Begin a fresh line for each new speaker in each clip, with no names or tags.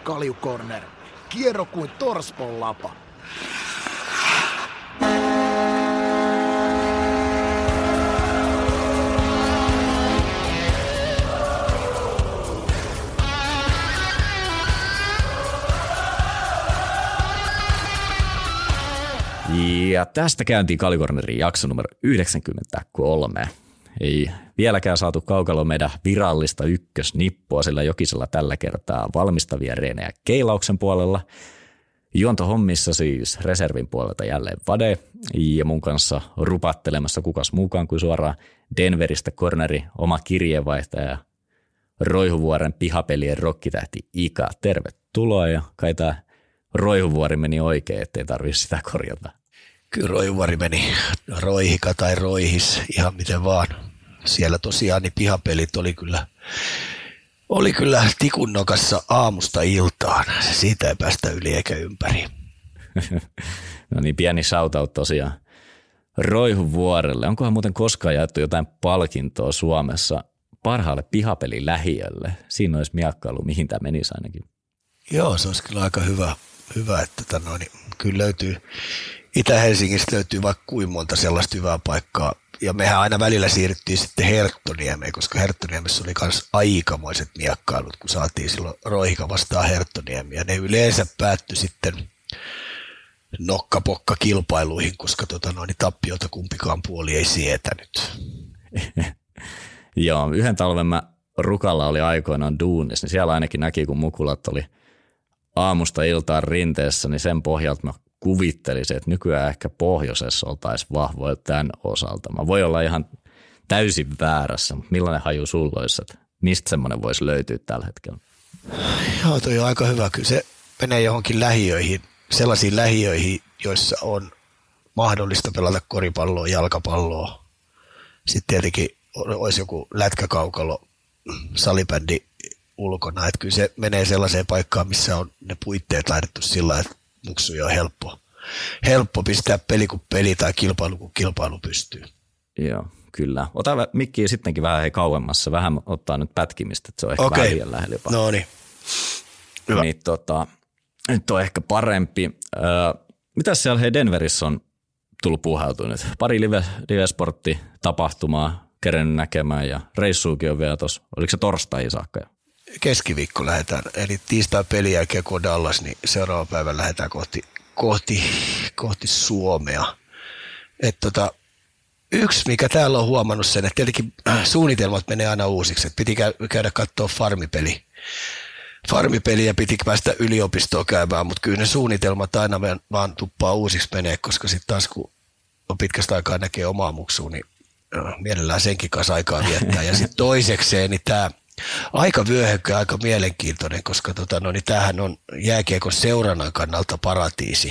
Kalju Corner. Kierro kuin Torspon lapa.
Ja tästä käyntiin Kalju Cornerin jakso numero 93. Ei vieläkään saatu kaukalo meidän virallista ykkösnippua, sillä Jokisella tällä kertaa valmistavia reenejä keilauksen puolella. Juontohommissa siis reservin puolelta jälleen Vade ja mun kanssa rupattelemassa kukas muukaan kuin suoraan Denveristä Corneri oma kirjeenvaihtaja Roihuvuoren pihapelien rokkitähti Ika. Tervetuloa ja kai tää Roihuvuori meni oikein, ettei tarvitse sitä korjata.
Kyllä Roihuvuori meni Roihika tai Roihis, ihan miten vaan. Siellä tosiaan niin pihapelit oli kyllä tikun nokassa aamusta iltaan. Siitä ei päästä yli eikä ympäri.
No niin, pieni shoutout tosiaan Roihuvuorelle. Onkohan muuten koskaan jaettu jotain palkintoa Suomessa parhaalle pihapelilähiölle? Siinä olisi miakkailu, mihin tämä menisi ainakin.
Joo, se olisi kyllä aika hyvä että kyllä löytyy, Itä-Helsingistä löytyy vaikka kuin monta sellaista hyvää paikkaa. Ja mehän aina välillä siirryttiin sitten Herttoniemeen, koska Herttoniemessä oli myös aikamoiset miakkailut, kun saatiin silloin Roihika vastaan Herttoniemi. Ja ne yleensä päättyi sitten nokkapokka-kilpailuihin, koska tappiota kumpikaan puoli ei sietänyt.
Joo, yhden talven mä Rukalla oli aikoinaan duunissa, niin siellä ainakin näki, kun mukulat oli aamusta iltaan rinteessä, niin sen pohjalta mä kuvittelisin, että nykyään ehkä pohjoisessa oltaisiin vahvoja tämän osalta. Mä voi olla ihan täysin väärässä, mutta millainen haju sulla olisi, että mistä semmoinen voisi löytyä tällä hetkellä?
Joo, toi on aika hyvä. Kyllä se menee johonkin lähiöihin, sellaisiin lähiöihin, joissa on mahdollista pelata koripalloa, jalkapalloa. Sitten tietenkin olisi joku lätkäkaukalo, salibändi ulkona. Että kyllä se menee sellaiseen paikkaan, missä on ne puitteet laitettu sillä, että muksuja on helppo pistää peli kuin peli tai kilpailu kuin kilpailu pystyy.
Joo, kyllä. Ota mikkiä sittenkin vähän kauemmassa. Vähän ottaa nyt pätkimistä, että se on ehkä vähän liian lähellä jopa.
No niin, hyvä.
Niin, nyt on ehkä parempi. Mitäs siellä Denverissä on tullut puuhautua nyt? Pari live-sportti-tapahtumaa kerennyt näkemään ja reissuukin on vielä tuossa. Oliko se torstaihin saakka jo?
Keskiviikko lähdetään, eli tiistai pelin jälkeen kun on Dallas, niin seuraava päivä lähdetään kohti Suomea. Yksi, mikä täällä on huomannut sen, että tietenkin suunnitelmat menee aina uusiksi, että piti käydä katsoa farmipeliä, piti päästä yliopistoon käymään, mutta kyllä ne suunnitelmat aina vaan tuppaa uusiksi menee, koska sitten taas kun on pitkästä aikaa näkee omaa muksua, niin mielellään senkin kanssa aikaa viettää. Ja sitten toisekseen, niin tämä aikavyöhyke on aika mielenkiintoinen, koska niin tämähän on jääkiekon seurannan kannalta paratiisi.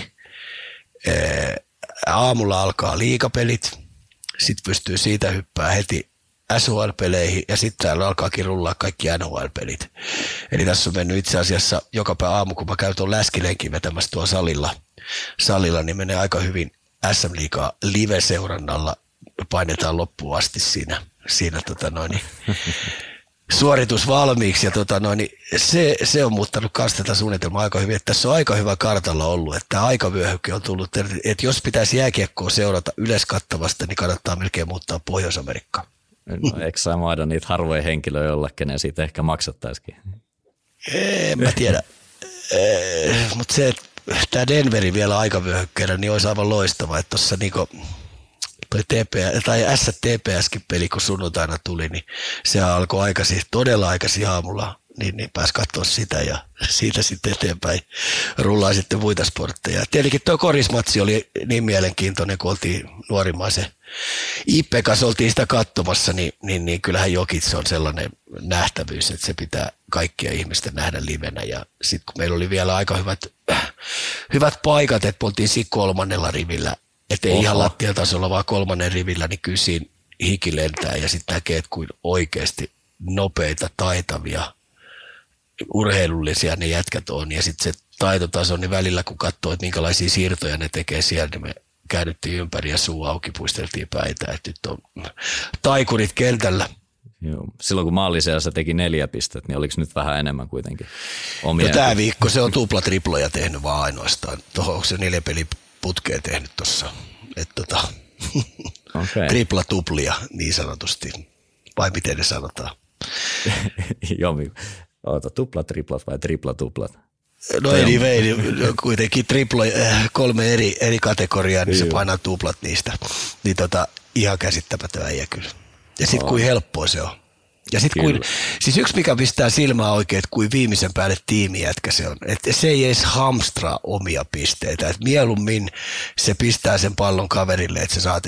Aamulla alkaa liigapelit, sitten pystyy siitä hyppää heti SHL-peleihin ja sitten täällä alkaakin rullaa kaikki NHL-pelit. Eli tässä on mennyt itse asiassa joka päivä aamu, kun mä käyn tuon läskilenkin vetämässä tuolla salilla, niin menee aika hyvin SM-liigaa live-seurannalla, painetaan loppuun asti siinä suoritus valmiiksi ja se on muuttanut myös tätä suunnitelmaa aika hyvin, että tässä on aika hyvä kartalla ollut, että aikavyöhyke on tullut, että jos pitäisi jääkiekkoa seurata yleiskattavasti, niin kannattaa melkein muuttaa Pohjois-Amerikkaan.
No, eikö sä maada niitä harvoja henkilöitä jolla, kenen siitä ehkä maksattaisikin?
En mä tiedä, mutta se, että tämä Denveri vielä aikavyöhykkeenä, niin olisi aivan loistava, että tuossa niinku toi STPSkin peli, kun sunnuntaina tuli, niin se alkoi todella aikaisin aamulla, niin pääsi katsoa sitä ja siitä sitten eteenpäin rullaa sitten muita sportteja. Tietenkin tuo korismatsi oli niin mielenkiintoinen, kun oltiin nuorimmaisen Ippe kanssa oltiin sitä katsomassa, niin kyllähän Jokits on sellainen nähtävyys, että se pitää kaikkia ihmisten nähdä livenä. Ja sitten kun meillä oli vielä aika hyvät paikat, että oltiin siinä kolmannella rivillä, että ei ihan lattiatasolla, vaan kolmannen rivillä, niin kyllä siinä hiki lentää ja sitten näkee, että kuin oikeasti nopeita, taitavia, urheilullisia ne jätkät on. Ja sitten se taitotaso, niin välillä kun katsoo, että minkälaisia siirtoja ne tekee siellä, niin me käännyttiin ympäri ja suu auki, puisteltiin päitä, että nyt on taikurit kentällä.
Joo. Silloin kun Maalliseassa teki 4 pistettä, niin oliko nyt vähän enemmän kuitenkin?
No tämä viikko se on tupla-triploja tehnyt vaan ainoastaan. Tuohon onko se 4 peliputkea tehnyt tuossa. Okay. Tripla-tuplia niin sanotusti. Vai miten ne sanotaan?
Oota, tupla-triplat vai tripla-tuplat?
No kuitenkin 3 eri kategoriaa, niin se painaa tuplat niistä. Niin ihan käsittämätön äijä kyllä. Ja sitten kuin helppoa se on. Ja sitten siis yksi mikä pistää silmää oikein, että kuin viimeisen päälle tiimijätkä se on. Että se ei edes hamstraa omia pisteitä. Että mieluummin se pistää sen pallon kaverille, että se saa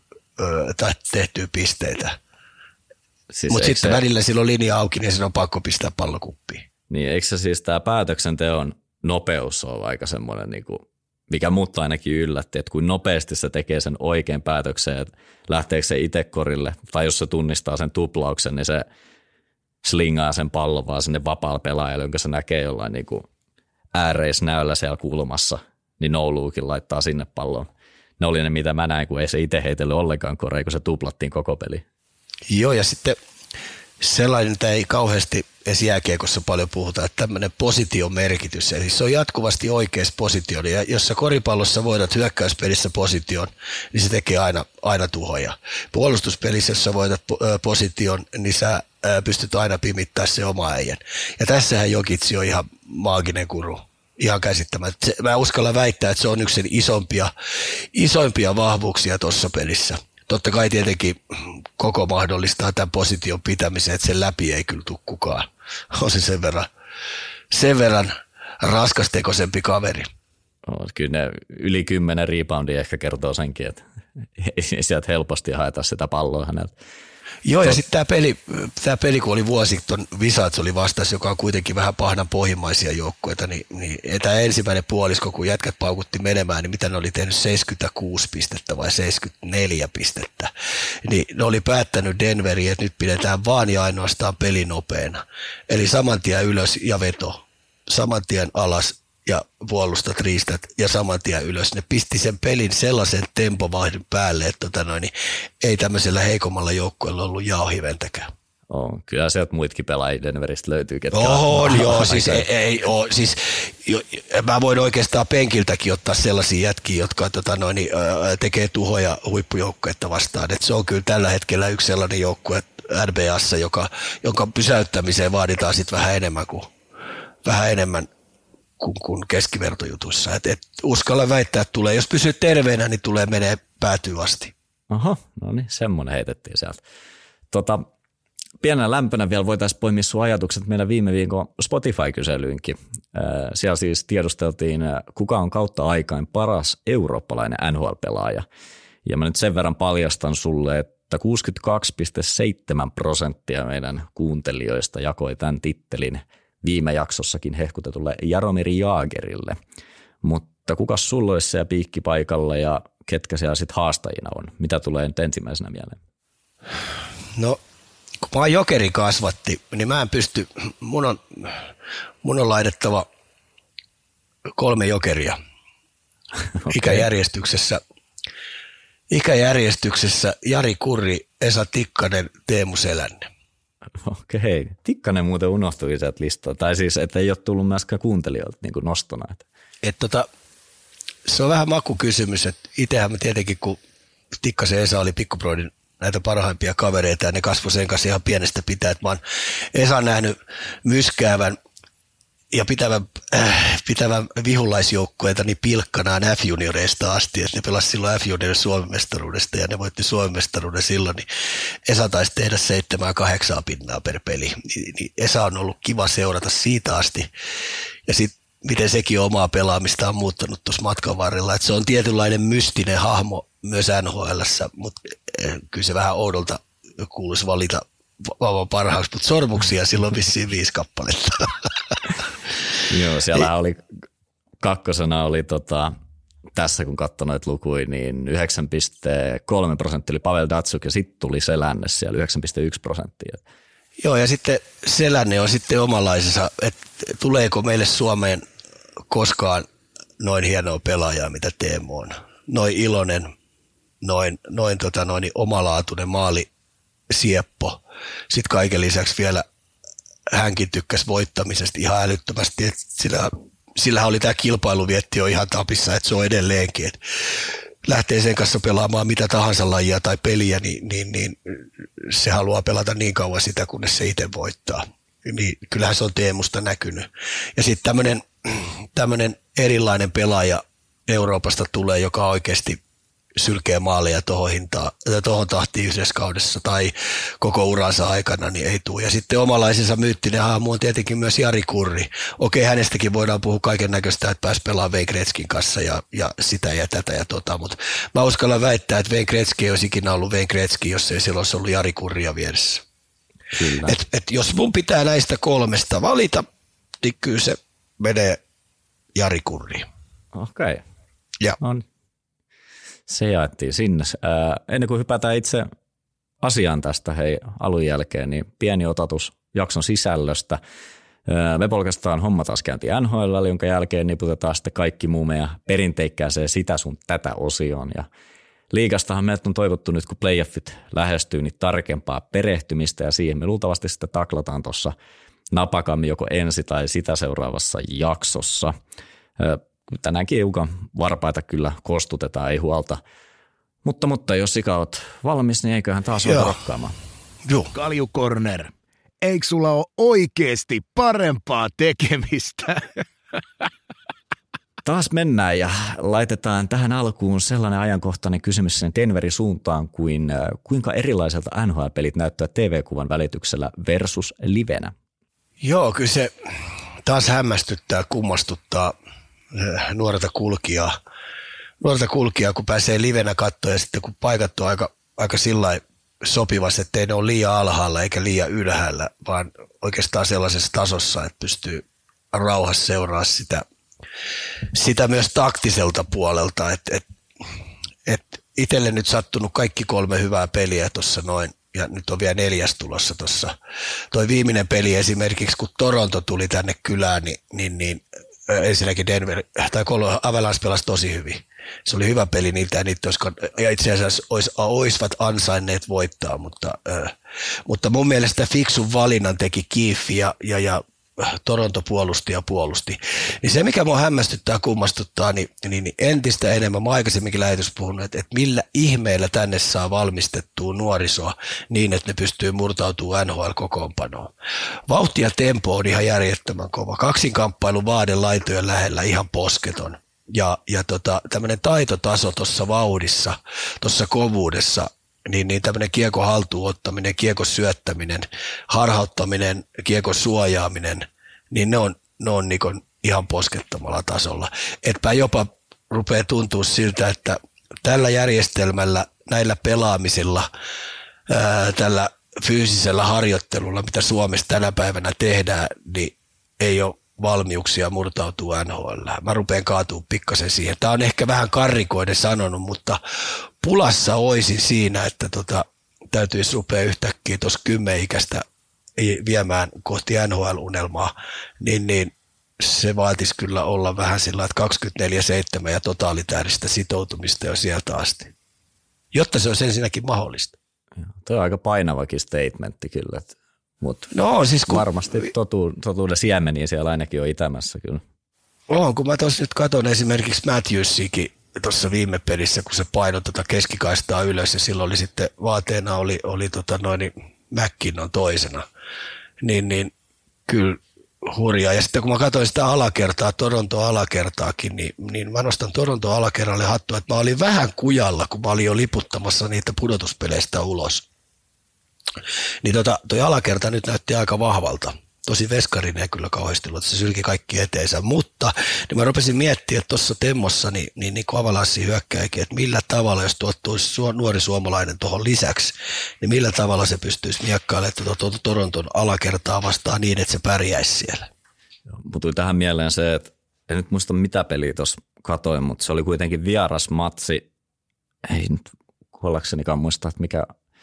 tehtyä pisteitä. Siis mutta sitten välillä sillä on linja auki, niin sen on pakko pistää pallo kuppiin.
Niin, eikö se siis tämä päätöksenteon nopeus on aika semmoinen, niinku, mikä mut ainakin yllätti, että kuin nopeasti se tekee sen oikein päätöksen, että lähteekö se itse korille, tai jos se tunnistaa sen tuplauksen, niin se slingaa sen pallon vaan sinne vapaalle pelaajalle, jonka se näkee jollain niinku ääreisnäöllä siellä kulmassa, niin no-lookin laittaa sinne pallon. Ne oli ne, mitä mä näin, kun ei se itse heitellyt ollenkaan koreja, kun se tuplattiin koko peli. Joo,
ja sitten sellainen, että ei kauheasti edes jääkiekossa paljon puhuta, että tämmöinen position merkitys, eli se on jatkuvasti oikeassa positio, ja jos sä koripallossa voitat hyökkäyspelissä position, niin se tekee aina tuhoja. Puolustuspelissä, jos sä voitat position, niin sä pystyt aina pimittämään se oma äijän. Ja tässähän Jokitsi on ihan maaginen kuru, ihan käsittämättä. Mä uskallan väittää, että se on yksi sen isoimpia vahvuuksia tuossa pelissä. Totta kai tietenkin koko mahdollistaa tämän position pitämisen, että sen läpi ei kyllä tule kukaan. On se sen verran raskastekoisempi kaveri.
Kyllä ne yli 10 reboundia ehkä kertoo senkin, että ei sieltä helposti haeta sitä palloa häneltä.
Joo, ja sitten tämä peli, kun oli Washington Wizards oli vastas, joka on kuitenkin vähän pahdan pohjimmaisia joukkueita, niin tämä ensimmäinen puolisko, kun jätkät paukutti menemään, niin mitä ne oli tehnyt 76 pistettä vai 74 pistettä, niin ne oli päättänyt Denveriin, että nyt pidetään vaan ja ainoastaan peli nopeana. Eli saman tien ylös ja veto, saman tien alas ja puolustat, riistät ja saman tien ylös. Ne pisti sen pelin sellaisen tempovaihdon päälle, että niin ei tämmöisellä heikommalla joukkueella ollut jauhiventäkään.
On, kyllä sieltä muitakin pelaajia Denveristä löytyy. Ketkä
joo, siis mä voin oikeastaan penkiltäkin ottaa sellaisia jätkiä, jotka tekee tuhoja huippujoukkuetta vastaan. Et se on kyllä tällä hetkellä yksi sellainen joukkue RBAssa, jonka pysäyttämiseen vaaditaan sitten vähän enemmän kuin keskivertojutuissa. Et uskalla väittää, että tulee, jos pysyy terveenä, niin tulee menee päätyy asti.
Aha, no niin, semmoinen heitettiin sieltä. Pienenä lämpönä vielä voitaisiin poimia sun ajatukset meidän viime viikon Spotify-kyselyynkin. Siellä siis tiedusteltiin, kuka on kautta aikain paras eurooppalainen NHL-pelaaja. Ja mä nyt sen verran paljastan sulle, että 62,7% meidän kuuntelijoista jakoi tämän tittelin viime jaksossakin hehkutetulle Jaromir Jaagerille. Mutta kuka sulla olisi siellä piikkipaikalla ja ketkä siellä sitten haastajina on? Mitä tulee nyt ensimmäisenä mieleen?
No, kun mä oon jokeri kasvatti, niin mä en pysty, mun on laitettava 3 jokeria ikäjärjestyksessä Jari Kurri, Esa Tikkanen, Teemu Selänne.
Okei. Tikkanen muuten unohtui sieltä listalta. Tai siis, että ei ole tullut myöskään kuuntelijoilta niin kuin nostona.
Se on vähän makukysymys. Itsehän mä tietenkin, kun Tikkasen Esa oli Pikkubroidin näitä parhaimpia kavereita ja ne kasvoi sen kanssa ihan pienestä pitää. Että mä oon Esan nähnyt myskäävän ja pitävän vihulaisjoukkueita niin pilkkanaan F-junioreista asti, että ne pelasi silloin F-juniorin Suomen mestaruudesta ja ne voitti Suomen mestaruuden silloin, niin Esa taisi tehdä 7-8 pinnaa per peli. Niin Esa on ollut kiva seurata siitä asti ja sitten miten sekin omaa pelaamista on muuttanut tuossa matkan varrella, että se on tietynlainen mystinen hahmo myös NHL:ssä, mutta kyllä se vähän oudolta kuuluisi valita maailman parhaaksi, mutta sormuksia silloin vissiin 5 kappaletta.
Joo, siellä oli kakkosena oli tässä kun katsoi noita lukuja, niin 9,3% oli Pavel Datsuk ja sitten tuli Selänne siellä 9,1%.
Joo, ja sitten Selänne on sitten omanlaisensa, että tuleeko meille Suomeen koskaan noin hienoa pelaajaa, mitä Teemu on. Noin iloinen, noin omalaatuinen maali sieppo. Sitten kaiken lisäksi vielä hänkin tykkäsi voittamisesta ihan älyttömästi, että sillä oli tämä kilpailuvietti jo ihan tapissa, että se on edelleenkin, että lähtee sen kanssa pelaamaan mitä tahansa lajia tai peliä, niin se haluaa pelata niin kauan sitä, kunnes se itse voittaa. Niin kyllähän se on Teemusta näkynyt. Ja sitten tämmöinen erilainen pelaaja Euroopasta tulee, joka oikeasti sylkee maaleja tuohon tahtiin yhdessä kaudessa tai koko uransa aikana, niin ei tule. Ja sitten omalaisensa myyttinen hahmo on tietenkin myös Jari Kurri. Okei, hänestäkin voidaan puhua kaiken näköistä, että pääsi pelaamaan Wayne Gretzkin kanssa ja sitä ja tätä ja mutta mä uskallan väittää, että Wayne Gretzky ei olisi ikinä ollut Wayne Gretzky, jos ei silloin olisi ollut Jari Kurria vieressä. Et jos mun pitää näistä kolmesta valita, niin kyllä se menee Jari Kurriin.
Okei.
Ja.
Se jaettiin sinne. Ennen kuin hypätään itse asiaan tästä alun jälkeen, niin pieni otatus jakson sisällöstä. Me polkastaan homma taas käynti NHL, jonka jälkeen niputetaan sitten kaikki muu meidän perinteikkääseen sitä sun tätä osioon. Ja liigastahan meiltä on toivottu nyt, kun playoffit lähestyy, niin tarkempaa perehtymistä ja siihen me luultavasti sitten taklataan tuossa napakammin joko ensi tai sitä seuraavassa jaksossa. Tänäänkin hiukan varpaita kyllä kostutetaan, ei huolta. Mutta jos Sika oot valmis, niin eiköhän taas ole rokkaamaan.
Joo. Kalju Corner, eikö sulla ole oikeasti parempaa tekemistä?
Taas mennään ja laitetaan tähän alkuun sellainen ajankohtainen kysymys sen Denverin suuntaan kuin kuinka erilaiselta NHL-pelit näyttää TV-kuvan välityksellä versus livenä.
Joo, kyllä se taas hämmästyttää, kummastuttaa nuorta kulkijaa, kun pääsee livenä katsoa ja sitten kun paikat on aika sillain sopivasti, ettei ne ole liian alhaalla eikä liian ylhäällä, vaan oikeastaan sellaisessa tasossa, että pystyy rauhassa seuraa sitä myös taktiselta puolelta, että itselle nyt sattunut kaikki 3 hyvää peliä tuossa noin, ja nyt on vielä 4 tulossa tuossa. Toi viimeinen peli esimerkiksi, kun Toronto tuli tänne kylään, niin ensinnäkin Denver, tai Avalanche pelasi tosi hyvin. Se oli hyvä peli niiltä, ja itse asiassa olisivat ansainneet voittaa, mutta mun mielestä fiksun valinnan teki Keefe ja Toronto puolusti. Niin se, mikä mua hämmästyttää, kummastuttaa, niin entistä enemmän, mä aikaisemminkin lähetys puhunut, että millä ihmeellä tänne saa valmistettua nuorisoa niin, että ne pystyy murtautumaan NHL-kokoonpanoon. Vauhti ja tempo on ihan järjettömän kova. Kaksinkamppailu vaade laitojen lähellä ihan posketon. Ja tämmöinen taitotaso tuossa vauhdissa, tuossa kovuudessa, niin tämmöinen kiekon haltuun ottaminen, kiekon syöttäminen, harhauttaminen, kiekon suojaaminen, niin ne on niin ihan poskettomalla tasolla. Etpä jopa rupeaa tuntua siltä, että tällä järjestelmällä, näillä pelaamisilla, tällä fyysisellä harjoittelulla, mitä Suomessa tänä päivänä tehdään, niin ei ole valmiuksia murtautua NHL. Mä rupean kaatumaan pikkasen siihen. Tämä on ehkä vähän karrikoiden sanonut, mutta pulassa oisin siinä, että täytyisi rupea yhtäkkiä tuossa 10-ikäistä viemään kohti NHL-unelmaa, niin se vaatisi kyllä olla vähän sillä, että 24/7 ja totaalitääristä sitoutumista jo sieltä asti, jotta se olisi ensinnäkin mahdollista.
Tuo on aika painavakin statementti kyllä, mutta
siis
varmasti totuuden siemeniä siellä ainakin on itämässä kyllä.
Kun mä tuossa nyt katson esimerkiksi Matthewsikin tuossa viime pelissä, kun se painoi keskikaistaa ylös ja silloin oli sitten vaateena oli McKinnon toisena, niin kyllä hurjaa. Ja sitten kun mä katsoin sitä alakertaa, Toronto alakertaakin, niin mä nostan Toronto alakerralle hattua, että mä olin vähän kujalla, kun mä olin jo liputtamassa niitä pudotuspeleistä ulos. Niin toi alakerta nyt näytti aika vahvalta. Tosi veskarinen ei kyllä kauheasti ollut, että se sylki kaikki eteensä, mutta niin mä rupesin miettimään, että tuossa temmossa niin kun Avalanssi hyökkääkin, että millä tavalla, jos tuottuisi nuori suomalainen tuohon lisäksi, niin millä tavalla se pystyisi miekkailemaan Toronton alakertaa vastaan niin, että se pärjäisi siellä.
Mut tuli tähän mieleen se, että en nyt muista mitä peliä tuossa katoin, mutta se oli kuitenkin vieras matsi. Ei nyt kuollaksenikaan muista, että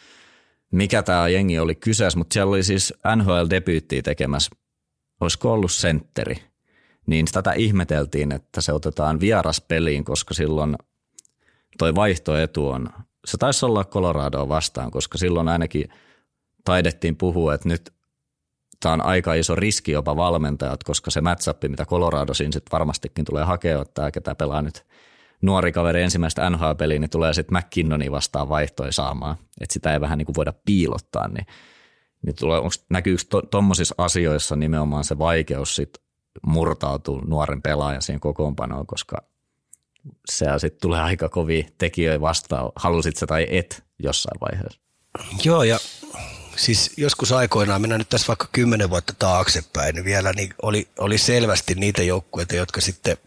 mikä tämä jengi oli kyseessä, mutta siellä oli siis NHL-debyyttiä tekemässä, olisiko ollut sentteri, niin tätä ihmeteltiin, että se otetaan vieraspeliin, koska silloin toi vaihtoetu on, se taisi olla Coloradoa vastaan, koska silloin ainakin taidettiin puhua, että nyt tämä on aika iso riski jopa valmentajat, koska se match-up, mitä Colorado siinä sitten varmastikin tulee hakea, että ketä pelaa nyt nuori kaveri ensimmäistä NHL-peliä, niin tulee sitten McKinnonia vastaan vaihtoi saamaan, että sitä ei vähän niin kuin voida piilottaa, niin näkyykö tuommoisissa asioissa nimenomaan se vaikeus sitten murtautuu nuoren pelaajan siihen kokoonpanoon, koska se sitten tulee aika kovia tekijöitä vastaan, halusit sä tai et jossain vaiheessa.
Joo, ja siis joskus aikoinaan, mennään nyt tässä vaikka 10 vuotta taaksepäin, niin vielä niin oli selvästi niitä joukkueita, jotka sitten,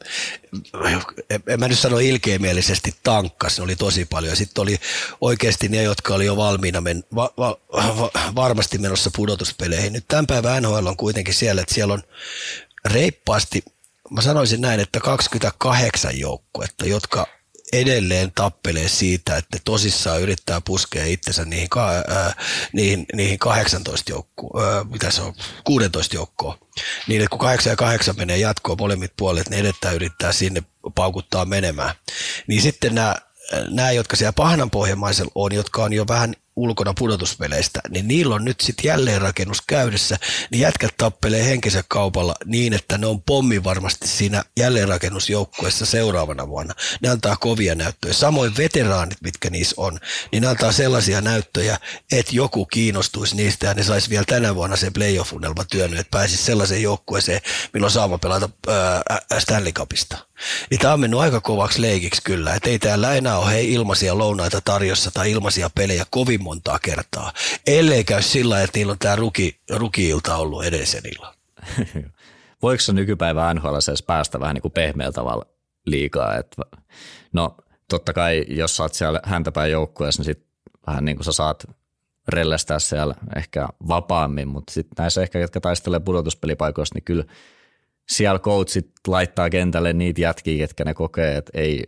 en mä nyt sano ilkeimielisesti tankkas, ne oli tosi paljon. Ja sitten oli oikeasti ne, jotka oli jo valmiina varmasti menossa pudotuspeleihin. Nyt tämän päivän NHL on kuitenkin siellä, että siellä on reippaasti, mä sanoisin näin, että 28 joukkuetta, jotka edelleen tappelee siitä, että ne tosissaan yrittää puskea itsensä niihin 18 joukkoon, mitä se on, 16 joukkoon. Niin, että kun 8 ja 8 menee jatkoon molemmat puolet, ne edetään yrittää sinne paukuttaa menemään. Niin sitten nämä, jotka siellä pahnanpohjamaisella on, jotka on jo vähän ulkona pudotuspeleistä, niin niillä on nyt sitten jälleenrakennus käydessä, niin jätkät tappelee henkensä kaupalla niin, että ne on pommi varmasti siinä jälleenrakennusjoukkueessa seuraavana vuonna. Ne antaa kovia näyttöjä. Samoin veteraanit, mitkä niissä on, niin ne antaa sellaisia näyttöjä, että joku kiinnostuisi niistä ja ne saisi vielä tänä vuonna sen playoff-unelma työnnyt, että pääsisi sellaiseen joukkueeseen, milloin saama pelata Stanley Cupista. Niin tämä on mennyt aika kovaksi leikiksi kyllä, että ei täällä enää ole ilmaisia lounaita tarjossa tai ilmaisia pelejä kovin montaa kertaa, ellei käy sillä, että niillä on tämä ruki-ilta ollut edellisen illan.
Voiko se nykypäivä NHL:ssä edes päästä vähän niin kuin pehmeällä tavalla liigaa? No totta kai, jos sä oot siellä häntäpäin joukkueessa, niin sit vähän niin kuin sä saat rellästää siellä ehkä vapaammin, mutta sitten näissä ehkä, jotka taistelee pudotuspelipaikoista, niin kyllä siellä coachit laittaa kentälle niitä jätkiä, ketkä ne kokee, että ei,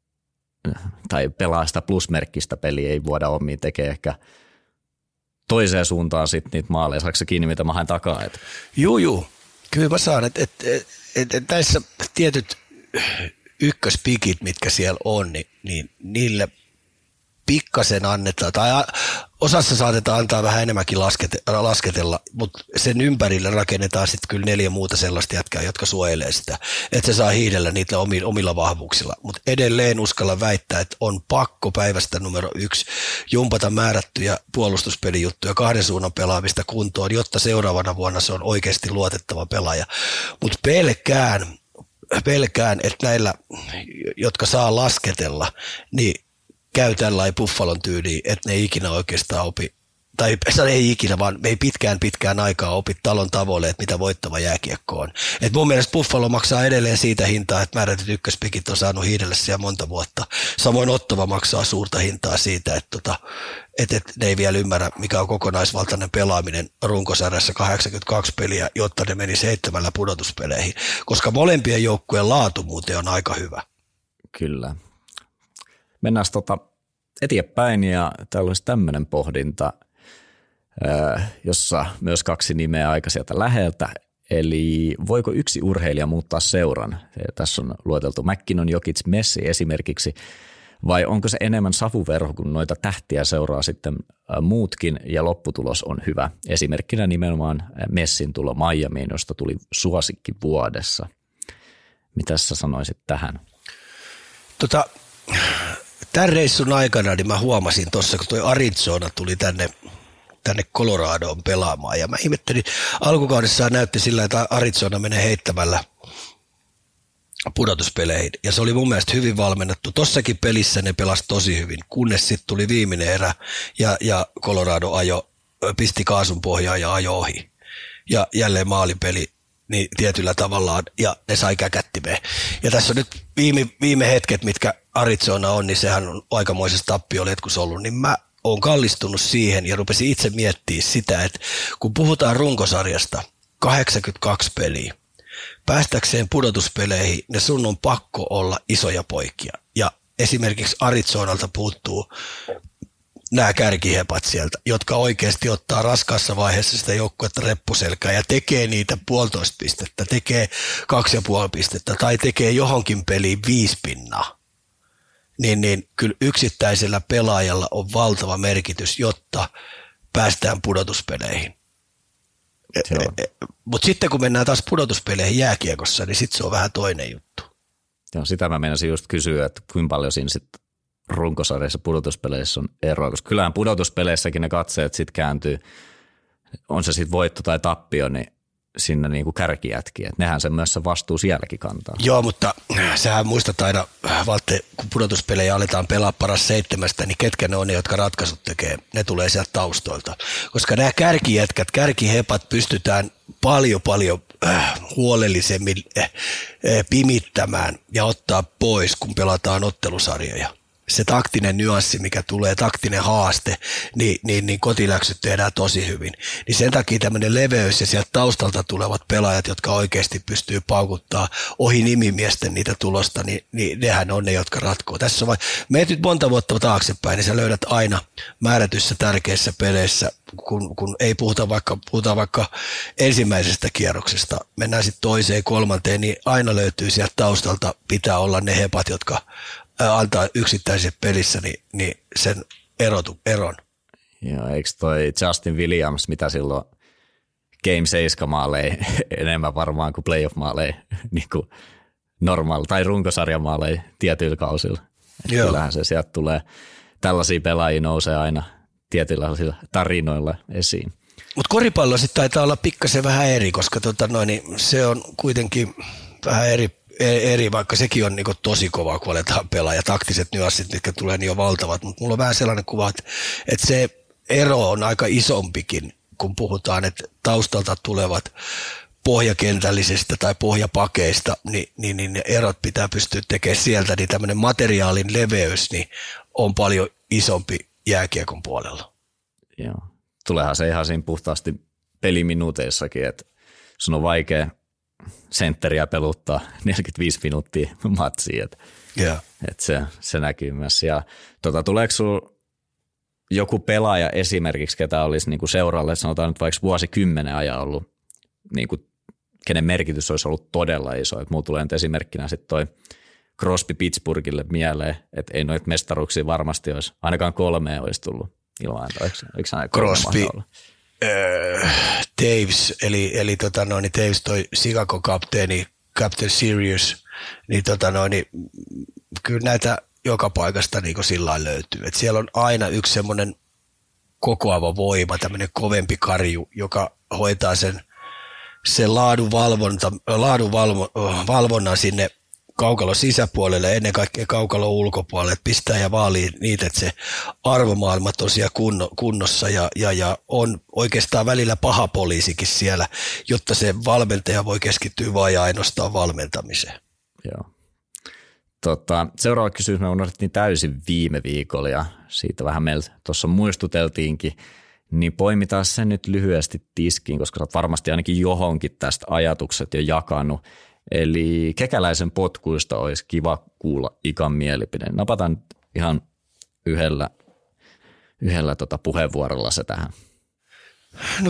tai pelaa sitä plusmerkkistä peliä, ei voida omiin tekee ehkä toiseen suuntaan sitten niitä maaleja. Saatko se kiinni, mitä mä haen takaa?
Juu. Kyllä mä saan, että näissä tietyt ykköspikit, mitkä siellä on, niin niille pikkasen annetaan, tai osassa saatetaan antaa vähän enemmänkin lasketella, mutta sen ympärille rakennetaan sitten kyllä 4 muuta sellaista jätkää, jotka suojelee sitä, että se saa hiidellä niitä omilla vahvuuksilla. Mutta edelleen uskalla väittää, että on pakko päivästä numero 1 jumpata määrättyjä puolustuspelijuttuja, 2 suunnan pelaamista kuntoon, jotta seuraavana vuonna se on oikeasti luotettava pelaaja. Mutta pelkään, että näillä, jotka saa lasketella, niin käy tällainen Buffalon tyyliin, että ne ei ikinä oikeastaan opi, tai ei ikinä, vaan me ei pitkään aikaa opi talon tavoille, että mitä voittava jääkiekko on. Et mun mielestä Buffalo maksaa edelleen siitä hintaa, että määrätyt ykköspikit on saanut hiidellä siellä monta vuotta. Samoin Ottava maksaa suurta hintaa siitä, että ne ei vielä ymmärrä, mikä on kokonaisvaltainen pelaaminen runkosarjassa 82 peliä, jotta ne meni 7 pudotuspeleihin, koska molempien joukkueen laatu muuten on aika hyvä.
Kyllä. Mennään eteenpäin ja täällä olisi tämmöinen pohdinta, jossa myös 2 nimeä aika sieltä läheltä. Eli voiko yksi urheilija muuttaa seuran? Tässä on lueteltu McKinnon, Jokic, Messi esimerkiksi. Vai onko se enemmän savuverho, kun noita tähtiä seuraa sitten muutkin ja lopputulos on hyvä? Esimerkkinä nimenomaan Messin tulo Miamiin, josta tuli suosikki vuodessa. Mitä sä sanoisit tähän?
Tämän reissun aikana niin mä huomasin tuossa, kun toi Arizona tuli tänne Coloradoon pelaamaan. Ja mä ihmettelin, alkukaudessaan näytti sillä, että Arizona menee heittämällä pudotuspeleihin. Ja se oli mun mielestä hyvin valmennettu. Tossakin pelissä ne pelasi tosi hyvin, kunnes sitten tuli viimeinen erä ja Colorado pisti kaasun pohjaan ja ajoi ohi. Ja jälleen maalipeli niin tietyllä tavallaan, ja ne sai käkättimeen. Ja tässä on nyt viime hetket, mitkä Arizona on, niin sehän on aikamoisessa tappioletkussa ollut, niin mä oon kallistunut siihen ja rupesin itse miettimään sitä, että kun puhutaan runkosarjasta 82 peliä, päästäkseen pudotuspeleihin, ne sun on pakko olla isoja poikia. Ja esimerkiksi Arizonalta puuttuu nämä kärkihepat sieltä, jotka oikeasti ottaa raskaassa vaiheessa sitä joukkuetta reppuselkää ja tekee niitä 1,5 pistettä, tekee 2,5 pistettä tai tekee johonkin peliin 5 pinnaa. Niin kyllä yksittäisellä pelaajalla on valtava merkitys, jotta päästään pudotuspeleihin. Mutta sitten kun mennään taas pudotuspeleihin jääkiekossa, niin sitten se on vähän toinen juttu.
Joo, sitä mä meinasin just kysyä, että kuinka paljon siinä sitten runkosarjassa pudotuspeleissä on eroa, koska kyllähän pudotuspeleissäkin ne katseet sitten kääntyy, on se sitten voitto tai tappio, niin sinne niin kuin kärkijätkiä. Nehän se myös se vastuu sielläkin kantaa.
Joo, mutta sähän muistat aina, Valtte, kun pudotuspelejä aletaan pelaa paras 7, niin ketkä ne on ne, jotka ratkaisut tekee? Ne tulee sieltä taustoilta. Koska nämä kärkijätkät, kärkihepat pystytään paljon huolellisemmin pimittämään ja ottaa pois, kun pelataan ottelusarjoja. Se taktinen nyanssi, mikä tulee, taktinen haaste, niin kotiläksyt tehdään tosi hyvin. Niin sen takia tämmöinen leveys ja sieltä taustalta tulevat pelaajat, jotka oikeasti pystyy paukuttaa ohi nimimiesten niitä tulosta, niin nehän on ne, jotka ratkoo. Tässä on meet nyt monta vuotta taaksepäin, niin sä löydät aina määrätyssä tärkeissä peleissä, kun ei puhutaan vaikka ensimmäisestä kierroksesta, mennään sitten toiseen, kolmanteen, niin aina löytyy sieltä taustalta, pitää olla ne hepat, jotka antaa yksittäisessä pelissä niin sen eron.
Joo, eikö toi Justin Williams, mitä silloin Game 7 maaleja enemmän varmaan kuin playoff maaleja niin kuin normaali tai runkosarjan maaleja tietyillä kausilla. Kyllähän se sieltä tulee, tällaisia pelaajia nousee aina tietyillä tarinoilla esiin.
Mutta koripallo sitten taitaa olla pikkasen vähän eri, koska se on kuitenkin vähän eri, vaikka sekin on niinku tosi kovaa, kun aletaan pelaa ja taktiset nyanssit, mitkä tulee, niin on valtavat, mutta mulla on vähän sellainen kuva, että se ero on aika isompikin, kun puhutaan, että taustalta tulevat pohjakentällisistä tai pohjapakeista, niin ne erot pitää pystyä tekemään sieltä, niin tämmöinen materiaalin leveys niin on paljon isompi jääkiekon puolella.
Joo, tuleehan se ihan siinä puhtaasti peliminuuteissakin, että sun on vaikea sentteriä peluttaa 45 minuuttia matsiin, että se näkyy myös. Ja tuleeko sinulla joku pelaaja esimerkiksi, ketä olisi niinku seuralle, sanotaan nyt vaikka vuosikymmenen ajan ollut, niinku, kenen merkitys olisi ollut todella iso. Et mulla tulee nyt esimerkkinä sitten toi Crosby Pittsburghille mieleen, että ei noita mestaruuksia varmasti olisi, ainakaan 3 olisi tullut ilman, eikö
Crosby, Taves, eli Taves toi Chicago-kapteeni, Captain Sirius, niin kyllä näitä joka paikasta niin sillä löytyy. Et siellä on aina yksi semmoinen kokoava voima, tämmöinen kovempi karju, joka hoitaa sen laadunvalvonnan sinne kaukalon sisäpuolelle, ennen kaikkea kaukalon ulkopuolelle, että pistää ja vaalii niitä, että se arvomaailma tosiaan kunnossa ja on oikeastaan välillä paha poliisikin siellä, jotta se valmentaja voi keskittyä vain ja ainoastaan valmentamiseen.
Joo. Seuraava kysymys me unohdettiin täysin viime viikolla ja siitä vähän meiltä tuossa muistuteltiinkin, niin poimitaan sen nyt lyhyesti tiskiin, koska sä oot varmasti ainakin johonkin tästä ajatukset jo jakanut. Eli Kekäläisen potkuista olisi kiva kuulla Ikan mielipide. Napataan ihan yhdellä puheenvuorolla se tähän.
No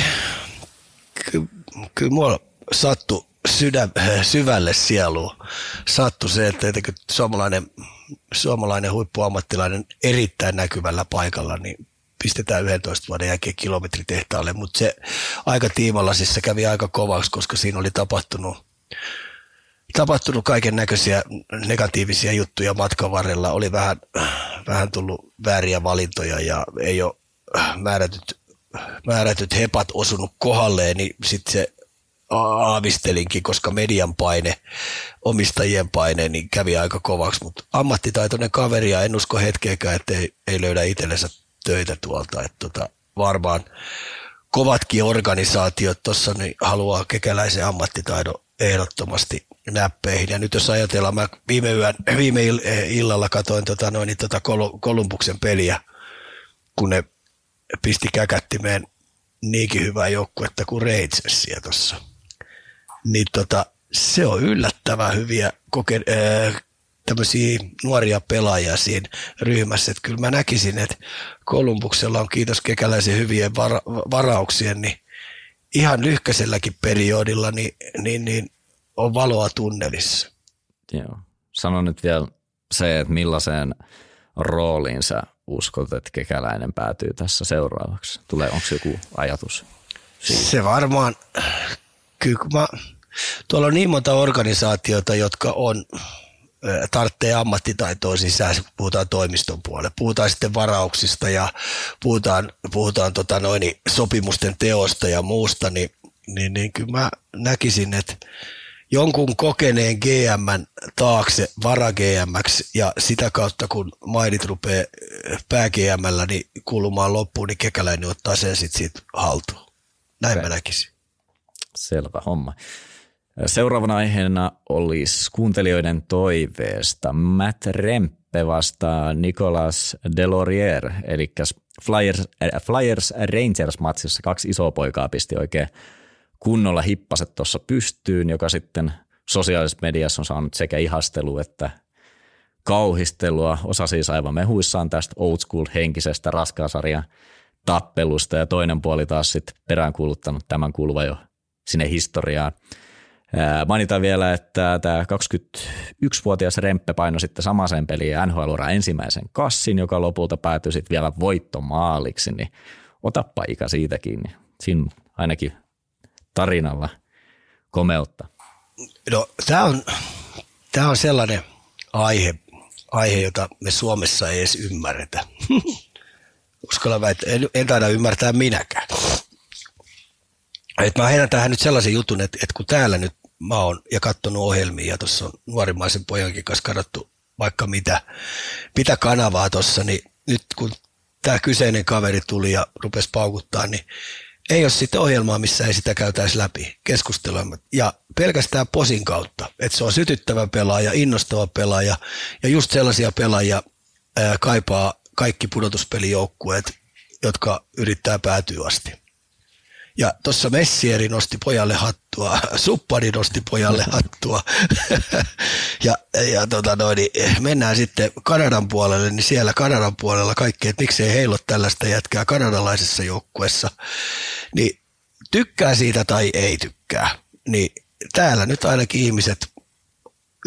kyllä mulla sattui syvälle sieluun. Sattui se, että suomalainen huippuammattilainen erittäin näkyvällä paikalla, niin pistetään 11 vuoden jälkeen kilometritehtaalle, mutta se aika tiimalasissa kävi aika kovaksi, koska siinä oli tapahtunut kaiken näköisiä negatiivisia juttuja matkan varrella. Oli vähän tullut vääriä valintoja ja ei ole määrätyt hepat osunut kohdalleen, niin sitten se aavistelinkin, koska median paine, omistajien paine, niin kävi aika kovaksi, mutta ammattitaitoinen kaveri ja en usko hetkeäkään, että ei löydä itsellensä töitä tuolta, että varmaan kovatkin organisaatiot tuossa niin haluaa Kekäläisen ammattitaidon ehdottomasti näppeihin. Ja nyt jos ajatellaan, mä viime illalla katsoin Columbuksen peliä, kun ne pisti käkättimeen niinkin hyvää joukkuetta kuin Rangersia tuossa. Niin se on yllättävän hyviä tämmöisiä nuoria pelaajia siinä ryhmässä. Että kyllä mä näkisin, että Columbuksella on kiitos Kekäläisen hyvien varauksien, niin ihan lyhkäiselläkin periodilla niin on valoa tunnelissa.
Joo. Sano nyt vielä se, että millaiseen rooliin sä uskot, että Kekäläinen päätyy tässä seuraavaksi? Onko joku ajatus
Se varmaan, kyllä tuolla on niin monta organisaatiota, jotka tarvitsee ammattitaitoa sisään, puhutaan toimiston puolelle, puhutaan sitten varauksista ja puhutaan sopimusten teosta ja muusta, niin kyllä mä näkisin, että jonkun kokeneen GM:n taakse vara-GM:ksi ja sitä kautta kun mainit rupeaa pää-GM:llä niin kuulumaan loppuun, niin Kekäläinen ottaa sen sitten siitä haltuun. Näin mä näkisin.
Selvä homma. Seuraavana aiheena olisi kuuntelijoiden toiveesta Matt Rempe vastaan Nicolas Delorier, eli Flyers Rangers-matsissa 2 isoa poikaa pisti oikein kunnolla hippaset tuossa pystyyn, joka sitten sosiaalisessa mediassa on saanut sekä ihastelua että kauhistelua. Osa siis aivan mehuissaan tästä old school henkisestä raskaasarjan tappelusta ja toinen puoli taas sitten peräänkuuluttanut tämän kuuluva jo sinne historiaan. Mainitaan vielä, että tämä 21-vuotias Remppe painoi sitten samaiseen peliin NHL-uran ensimmäisen kassin, joka lopulta päätyi sitten vielä voittomaaliksi, niin otappa Ika siitäkin, niin siinä ainakin tarinalla komeutta.
No tämä on sellainen aihe, jota me Suomessa ei edes ymmärretä. Uskallan väittää, en taida ymmärtää minäkään. Et mä heidän tähän nyt sellaisen jutun, että kun täällä nyt mä oon ja katsonut ohjelmia ja tuossa on nuorimmaisen pojankin kanssa katsottu vaikka mitä kanavaa tuossa, niin nyt kun tämä kyseinen kaveri tuli ja rupesi paukuttaa, niin ei ole sitten ohjelmaa, missä ei sitä käytäisi läpi keskustelua. Ja pelkästään posin kautta, että se on sytyttävä pelaaja, innostava pelaaja ja just sellaisia pelaajia kaipaa kaikki pudotuspelijoukkueet, jotka yrittää päätyä asti. Ja tuossa Messieri nosti pojalle hattua, Suppani nosti pojalle hattua ja mennään sitten Kanadan puolelle, niin siellä Kanadan puolella kaikki, että miksei heillä ole tällaista jätkää kanadalaisessa joukkueessa, niin tykkää siitä tai ei tykkää, niin täällä nyt ainakin ihmiset 90%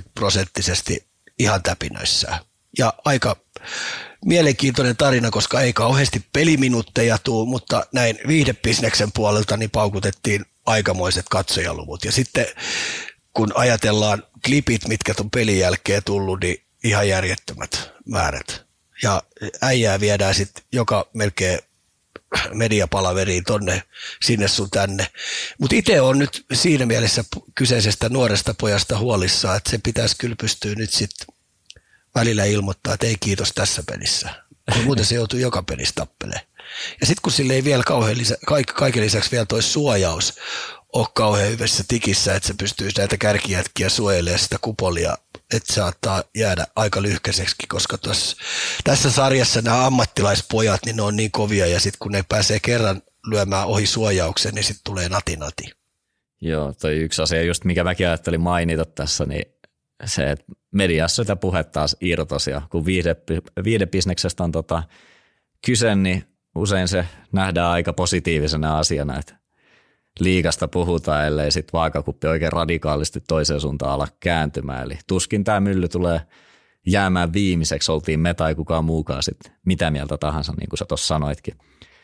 ihan täpinöissään ja aika mielenkiintoinen tarina, koska ei kauheasti peliminuutteja tule, mutta näin viihdebisneksen puolelta niin paukutettiin aikamoiset katsojaluvut. Ja sitten kun ajatellaan klipit, mitkä on pelin jälkeen tullut, niin ihan järjettömät määrät. Ja äijää viedään sitten joka melkein mediapalaveriin sinne sun tänne. Mutta itse on nyt siinä mielessä kyseisestä nuoresta pojasta huolissaan, että se pitäisi kyllä pystyä nyt sitten välillä ilmoittaa, että ei kiitos tässä pelissä. Muuten se joutuu joka pelissä tappelemaan. Ja sitten kun sille ei vielä kaiken lisäksi vielä toi suojaus ole kauhean hyvässä tikissä, että se pystyy näitä kärkijätkiä suojelemaan sitä kupolia, että saattaa jäädä aika lyhkäiseksi, koska tässä sarjassa nämä ammattilaispojat, niin ne on niin kovia ja sitten kun ne pääsee kerran lyömään ohi suojauksen, niin sitten tulee nati.
Joo, toi yksi asia just mikä mäkin ajattelin mainita tässä, niin se, että mediassa sitä puhetta taas irtosi ja kun viihdebisneksestä on kyse, niin usein se nähdään aika positiivisena asiana, että liigasta puhutaan, ellei sitten vaakakuppi oikein radikaalisti toiseen suuntaan ala kääntymään. Eli tuskin tämä mylly tulee jäämään viimeiseksi, oltiin me tai kukaan muukaan sitten mitä mieltä tahansa, niin kuin sä tuossa sanoitkin.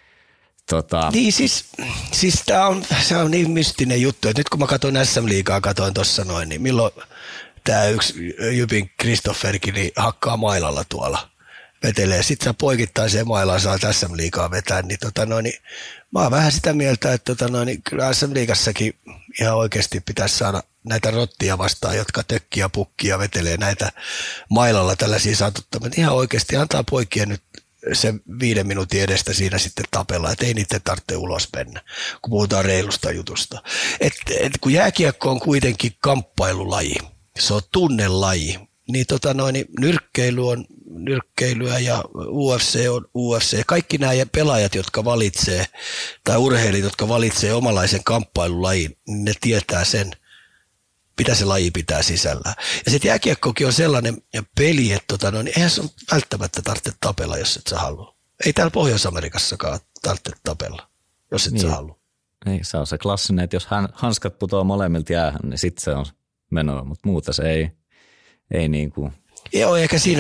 Niin siis se on niin mystinen juttu, että nyt kun mä katsoin SM-liigaa, katsoin tuossa noin, niin milloin tämä yksi Jypin Kristofferkin niin hakkaa mailalla tuolla, vetelee. Sitten sä poikittaiseen mailaan saa SM-liigaa vetää, niin, niin mä oon vähän sitä mieltä, että niin kyllä SM-liigassakin ihan oikeasti pitäisi saada näitä rottia vastaan, jotka tökkiä pukkia vetelee näitä mailalla tällaisia satuttamia. Ihan oikeasti antaa poikien nyt sen 5 minuutin edestä siinä sitten tapella, että ei niiden tarvitse ulos mennä, kun puhutaan reilusta jutusta. Et kun jääkiekko on kuitenkin kamppailulaji, se on tunnelaji, niin, nyrkkeily on nyrkkeilyä ja UFC on UFC. Kaikki nämä pelaajat, jotka valitsee, tai urheilijat, jotka valitsee omalaisen kamppailulajin, niin ne tietää sen, mitä se laji pitää sisällään. Ja sitten jääkiekkokin on sellainen peli, että eihän se välttämättä tarvitse tapella, jos et sä halua. Ei täällä Pohjois-Amerikassakaan tarvitse tapella, jos et sä halua.
Niin, se on se klassinen, että jos hanskat putoaa molemmilta jäähän, niin sitten se on menoa, mutta muuta se ei niin kuin.
Joo,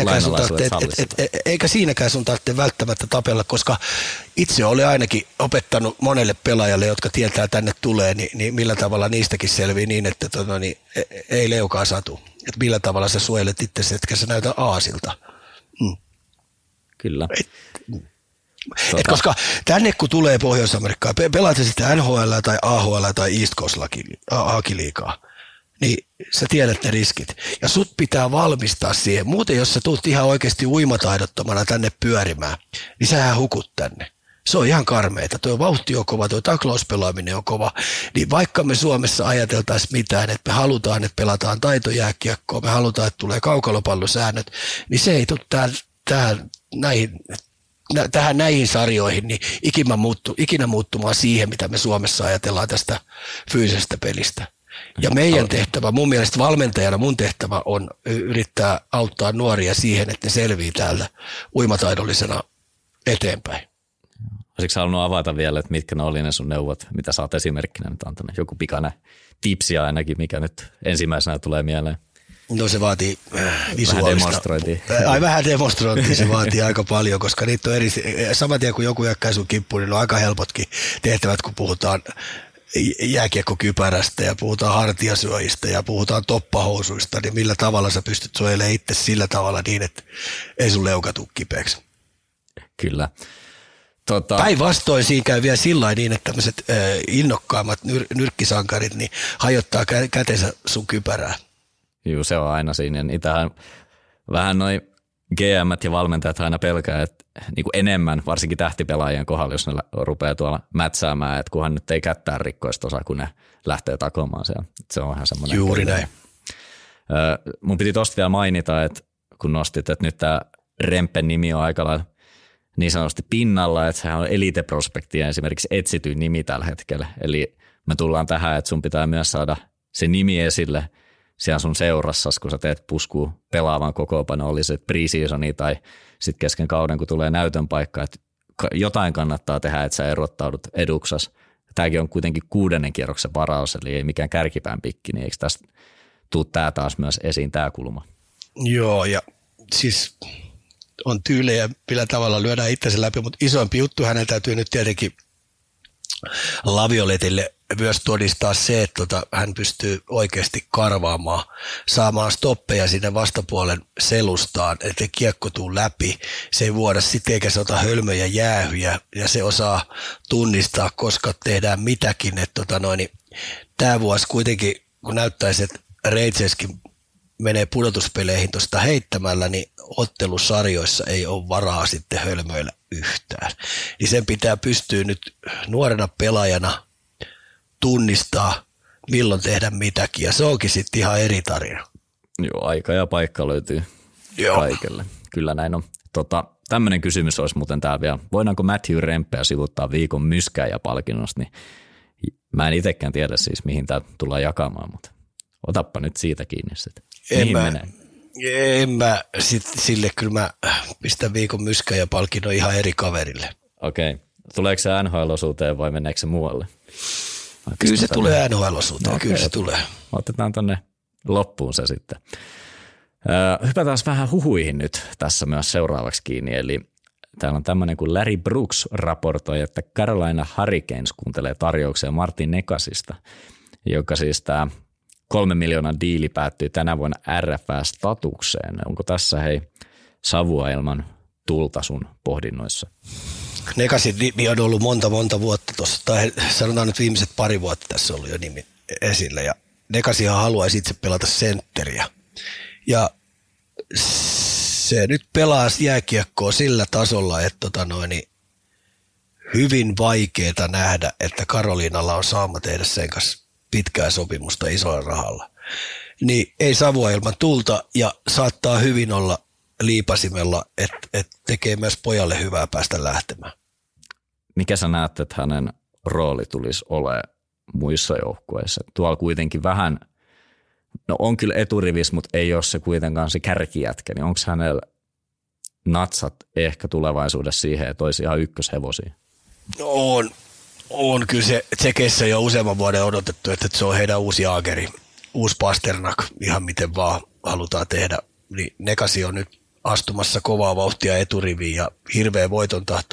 eikä siinäkään sun tarvitse välttämättä tapella, koska itse olen ainakin opettanut monelle pelaajalle, jotka tietää tänne tulee, niin millä tavalla niistäkin selvii niin, että ei leukaa satu. Että millä tavalla sä suojelet itsesi, etkä sä näytä aasilta.
Kyllä.
Koska tänne kun tulee Pohjois-Amerikkaan, pelaat sä sitten NHL tai AHL tai East Coast liigaa, niin sä tiedät ne riskit. Ja sut pitää valmistaa siihen. Muuten jos sä tuut ihan oikeasti uimataidottomana tänne pyörimään, niin sähän hukut tänne. Se on ihan karmeita. Tuo vauhti on kova, tuo taklauspelaaminen on kova. Niin vaikka me Suomessa ajateltaisiin mitään, että me halutaan, että pelataan taitojääkiekkoa, me halutaan, että tulee kaukalopallosäännöt, niin se ei tule näihin sarjoihin niin ikinä muuttumaan siihen, mitä me Suomessa ajatellaan tästä fyysisestä pelistä. Ja meidän tehtävä, mun mielestä valmentajana mun tehtävä on yrittää auttaa nuoria siihen, että ne selvii täällä uimataidollisena eteenpäin.
Olisitko halunnut avata vielä, että mitkä ne oli ne sun neuvot, mitä sä oot esimerkkinä nyt antanut? Joku pikainen tipsi ainakin, mikä nyt ensimmäisenä tulee mieleen.
No se vaatii visuaalista. Vähän demonstrointia se vaatii aika paljon, koska niitä on saman tien kun joku jäkkää sun kippuun, niin on aika helpotkin tehtävät, kun puhutaan jääkiekkokypärästä ja puhutaan hartiasyöjistä ja puhutaan toppahousuista, niin millä tavalla sä pystyt suojelemaan itse sillä tavalla niin, että ei sun leuka tuu kipeäksi.
Kyllä.
Päinvastoin siinä käy vielä sillä niin, että tämmöiset innokkaammat nyrkkisankarit niin hajottaa kätensä sun kypärää.
Joo, se on aina siinä. Niitähän vähän noi GM:t ja valmentajat aina pelkää, että niin kuin enemmän, varsinkin tähtipelaajien kohdalla, jos ne rupeaa tuolla mätsäämään, että kunhan nyt ei kättään rikkoista osaa, kun ne lähtee takomaan siellä. Se on ihan semmoinen.
Juuri näin.
Mun piti tosta vielä mainita, että kun nostit, että nyt tämä Rempen nimi on aika lailla niin sanotusti pinnalla, että sehän on eliteprospektia esimerkiksi etsityin nimi tällä hetkellä. Eli me tullaan tähän, että sun pitää myös saada se nimi esille siellä sun seurassas, kun sä teet puskua pelaavan kokoonpano, oli se pre-seasoni tai sitten kesken kauden, kun tulee näytön paikka, että jotain kannattaa tehdä, että sä erottaudut eduksas. Tämäkin on kuitenkin 6. kierroksen varaus, eli ei mikään kärkipään pikki, niin eikö tästä tule tämä taas myös esiin tämä kulma?
Joo, ja siis on tyylejä, millä tavalla lyödään itsensä läpi, mutta isompi juttu hänen täytyy nyt tietenkin Lavioletille myös todistaa se, että hän pystyy oikeasti karvaamaan, saamaan stoppeja sinne vastapuolen selustaan, että kiekko tuu läpi. Se ei vuoda sitten eikä se ota hölmöjä jäähyjä ja se osaa tunnistaa, koska tehdään mitäkin. Tämä vuosi kuitenkin, kun näyttäisi, että Reitseskin menee pudotuspeleihin tuosta heittämällä, niin ottelusarjoissa ei ole varaa sitten hölmöillä yhtään. Niin sen pitää pystyä nyt nuorena pelaajana tunnistaa, milloin tehdä mitäkin, ja se onkin sitten ihan eri tarina.
Joo, aika ja paikka löytyy kaikille. Kyllä näin on. Tämmöinen kysymys olisi muuten täällä vielä. Voidaanko Matthew Rempeä sivuttaa viikon myskääjäpalkinnosta, niin mä en itsekään tiedä siis, mihin tämä tullaan jakamaan, mutta otappa nyt siitä kiinni sitten. Mihin menee?
En mä sille, kyllä mä pistän viikon myskääjäpalkinnon ihan eri kaverille.
Okei. Tuleeko se NHL-osuuteen vai meneekö se muualle?
Kyllä se tulee NHL-osuuteen, kyllä se tulee.
Otetaan tonne loppuun se sitten. Hypätään vähän huhuihin nyt tässä myös seuraavaksi kiinni. Eli täällä on tämmöinen kuin Larry Brooks raportoi, että Carolina Hurricanes kuuntelee tarjouksia Martin Necasista, joka siis tämä 3 miljoonan diili päättyy tänä vuonna RFA-statukseen. Onko tässä savua ilman tulta sun pohdinnoissa?
Nekasin nimi on ollut monta vuotta tuossa, tai sanotaan nyt viimeiset pari vuotta tässä on ollut jo nimi esillä, ja Nekasihan haluaisi itse pelata sentteriä. Ja se nyt pelaa jääkiekkoa sillä tasolla, että hyvin vaikeaa nähdä, että Karolinalla on saama tehdä sen kanssa pitkää sopimusta isolla rahalla. Niin ei savua ilman tulta, ja saattaa hyvin olla liipasimella, että tekee myös pojalle hyvää päästä lähtemään.
Mikä sä näet, että hänen rooli tulisi olemaan muissa joukkueissa? Tuolla kuitenkin vähän, no on kyllä eturivis, mutta ei ole se kuitenkaan se kärkijätkä, niin onko hänellä natsat ehkä tulevaisuudessa siihen, että olisi ihan ykköshevosia?
On kyllä se Tsekeissä jo useamman vuoden odotettu, että se on heidän uusi Jaageri, uusi Pasternak, ihan miten vaan halutaan tehdä niin Nekasi on nyt astumassa kovaa vauhtia eturiviin ja hirveä voiton tahto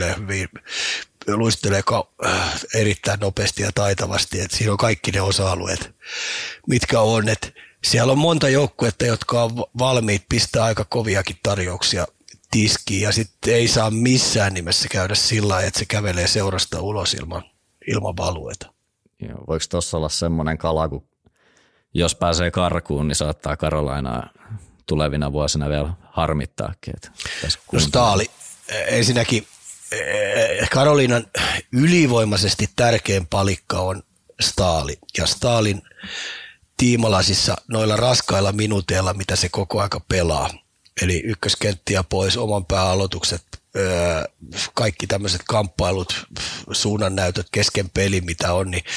luistelee erittäin nopeasti ja taitavasti, että siinä on kaikki ne osa-alueet, mitkä on, että siellä on monta joukkuetta, jotka on valmiit pistää aika koviakin tarjouksia tiskiin ja sitten ei saa missään nimessä käydä sillä lailla, että se kävelee seurasta ulos ilman valueta.
Joo, voiko tuossa olla semmoinen kala, kun jos pääsee karkuun, niin saattaa Carolina tulevina vuosina vielä harmittaakin?
No Staali, ensinnäkin Carolinan ylivoimaisesti tärkein palikka on Staali ja Staalin tiimalasissa noilla raskailla minuuteilla, mitä se koko aika pelaa. Eli ykköskenttiä pois, oman pääaloitukset, kaikki tämmöiset kamppailut, suunnannäytöt kesken peli, mitä on, niin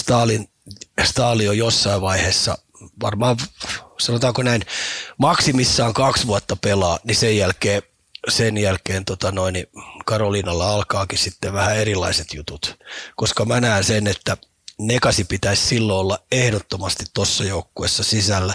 Staali on jossain vaiheessa, varmaan sanotaanko näin, maksimissaan 2 vuotta pelaa, niin sen jälkeen niin Carolinalla alkaakin sitten vähän erilaiset jutut, koska mä näen sen, että Nekasi pitäisi silloin olla ehdottomasti tuossa joukkueessa sisällä,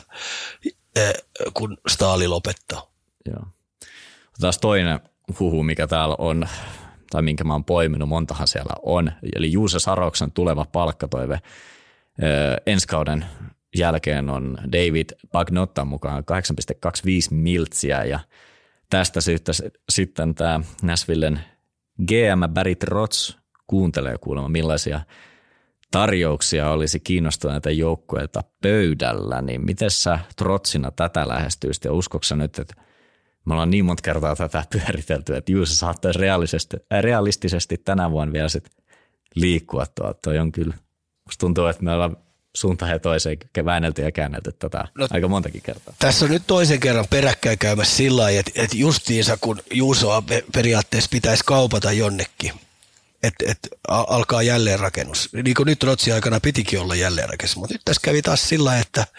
kun Staali lopettaa.
Joo. Taas toinen huhu, mikä täällä on, tai minkä mä oon poiminut, montahan siellä on, eli Juuse Saroksen tuleva palkkatoive ensi kauden jälkeen on David Pagnottan mukaan 8,25 miltsiä, ja tästä syystä sitten tämä Nashvillen GM Barry Trotz kuuntelee kuulemma, millaisia tarjouksia olisi kiinnostuneita joukkueita pöydällä, niin miten sä Trotsina tätä lähestyisit ja uskotko sä nyt, että me ollaan niin monta kertaa tätä pyöritelty, että Juuse saattaisi realistisesti tänä vuonna vielä sit liikkua. Toi on kyllä, musta tuntuu, että me ollaan suuntaan ja toiseen väännelty ja käännelty tätä aika montakin kertaa.
Tässä on nyt toisen kerran peräkkäin käymässä sillä lailla, että justiinsa kun Juusoa periaatteessa pitäisi kaupata jonnekin, että alkaa jälleenrakennus. Niin kuin nyt Rotsin aikana pitikin olla jälleenrakennus, mutta nyt tässä kävi taas sillä lailla, että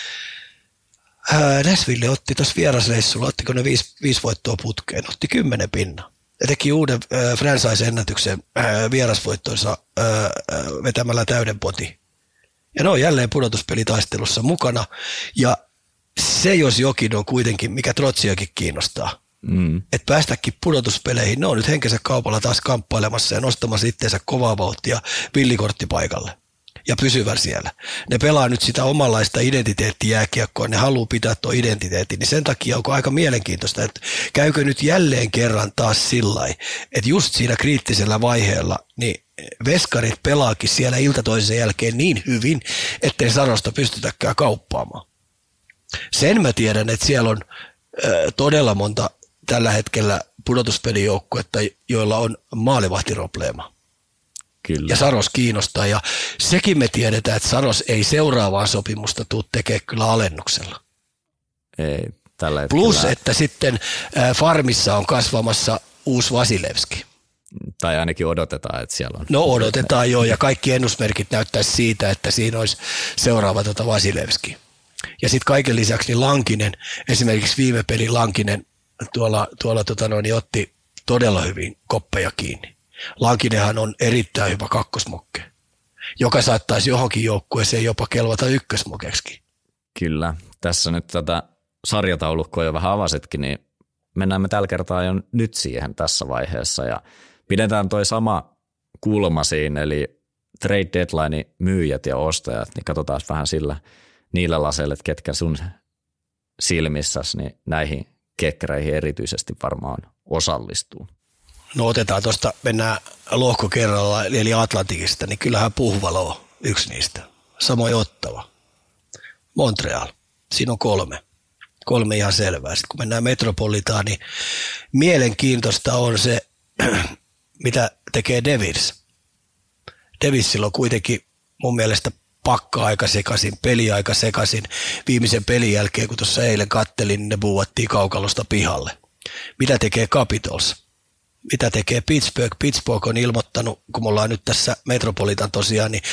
Nashville otti tuossa vierasreissulla, ottiko ne 5 voittoa putkeen, otti 10 pinnan. Ja teki uuden franchise-ennätyksen vierasvoittonsa vetämällä täyden potin. Ja ne on jälleen pudotuspelitaistelussa mukana. Ja se jos jokin on kuitenkin, mikä Trotsiakin kiinnostaa. Että päästäkin pudotuspeleihin, ne on nyt henkensä kaupalla taas kamppailemassa ja nostamassa itseensä kovaa vauhtia villikorttipaikalle. Ja pysyvän siellä. Ne pelaa nyt sitä omanlaista identiteettijääkiekkoa, ne haluaa pitää tuon identiteetin, niin sen takia onko aika mielenkiintoista, että käykö nyt jälleen kerran taas sillai, että just siinä kriittisellä vaiheella, niin veskarit pelaakin siellä ilta toisen jälkeen niin hyvin, ettei Sarosta pystytäkään kauppaamaan. Sen mä tiedän, että siellä on todella monta tällä hetkellä pudotuspelijoukkuetta, joilla on maalivahtiprobleema.
Kyllä.
Ja Saros kiinnostaa, ja sekin me tiedetään, että Saros ei seuraavaa sopimusta tule tekemään kyllä alennuksella.
Ei, tällä hetkellä.
Plus, että sitten Farmissa on kasvamassa uusi Vasilevski.
Tai ainakin odotetaan, että siellä on.
No odotetaan joo, ja kaikki ennusmerkit näyttäisi siitä, että siinä olisi seuraava Vasilevski. Ja sitten kaiken lisäksi niin Lankinen, esimerkiksi viime pelin Lankinen tuolla otti todella hyvin koppeja kiinni. Lankinenhan on erittäin hyvä kakkosmokke, joka saattaisi johonkin joukkueeseen jopa kelvata ykkösmokeksikin.
Kyllä. Tässä nyt tätä sarjataulukkoa jo vähän avasitkin, niin mennään me tällä kertaa jo nyt siihen tässä vaiheessa. Ja pidetään toi sama kulma siinä, eli trade deadline myyjät ja ostajat, niin katsotaan vähän niillä laseilla, että ketkä sun silmissäsi niin näihin kekkereihin erityisesti varmaan osallistuu.
No otetaan tuosta, mennään lohko kerralla, eli Atlantikista, niin kyllähän Puhvalo on yksi niistä. Samoin Ottava. Montreal, siinä on 3. 3 ihan selvää. Sitten kun mennään Metropolitaan, niin mielenkiintoista on se, mitä tekee Devils. Devilsillä on kuitenkin mun mielestä pakka-aika sekaisin, peliaika sekaisin. Viimeisen pelin jälkeen, kun tuossa eilen kattelin, niin ne buuattiin kaukalosta pihalle. Mitä tekee Capitals? Mitä tekee Pittsburgh? Pittsburgh on ilmoittanut, kun me ollaan nyt tässä Metropolitan tosiaan, niin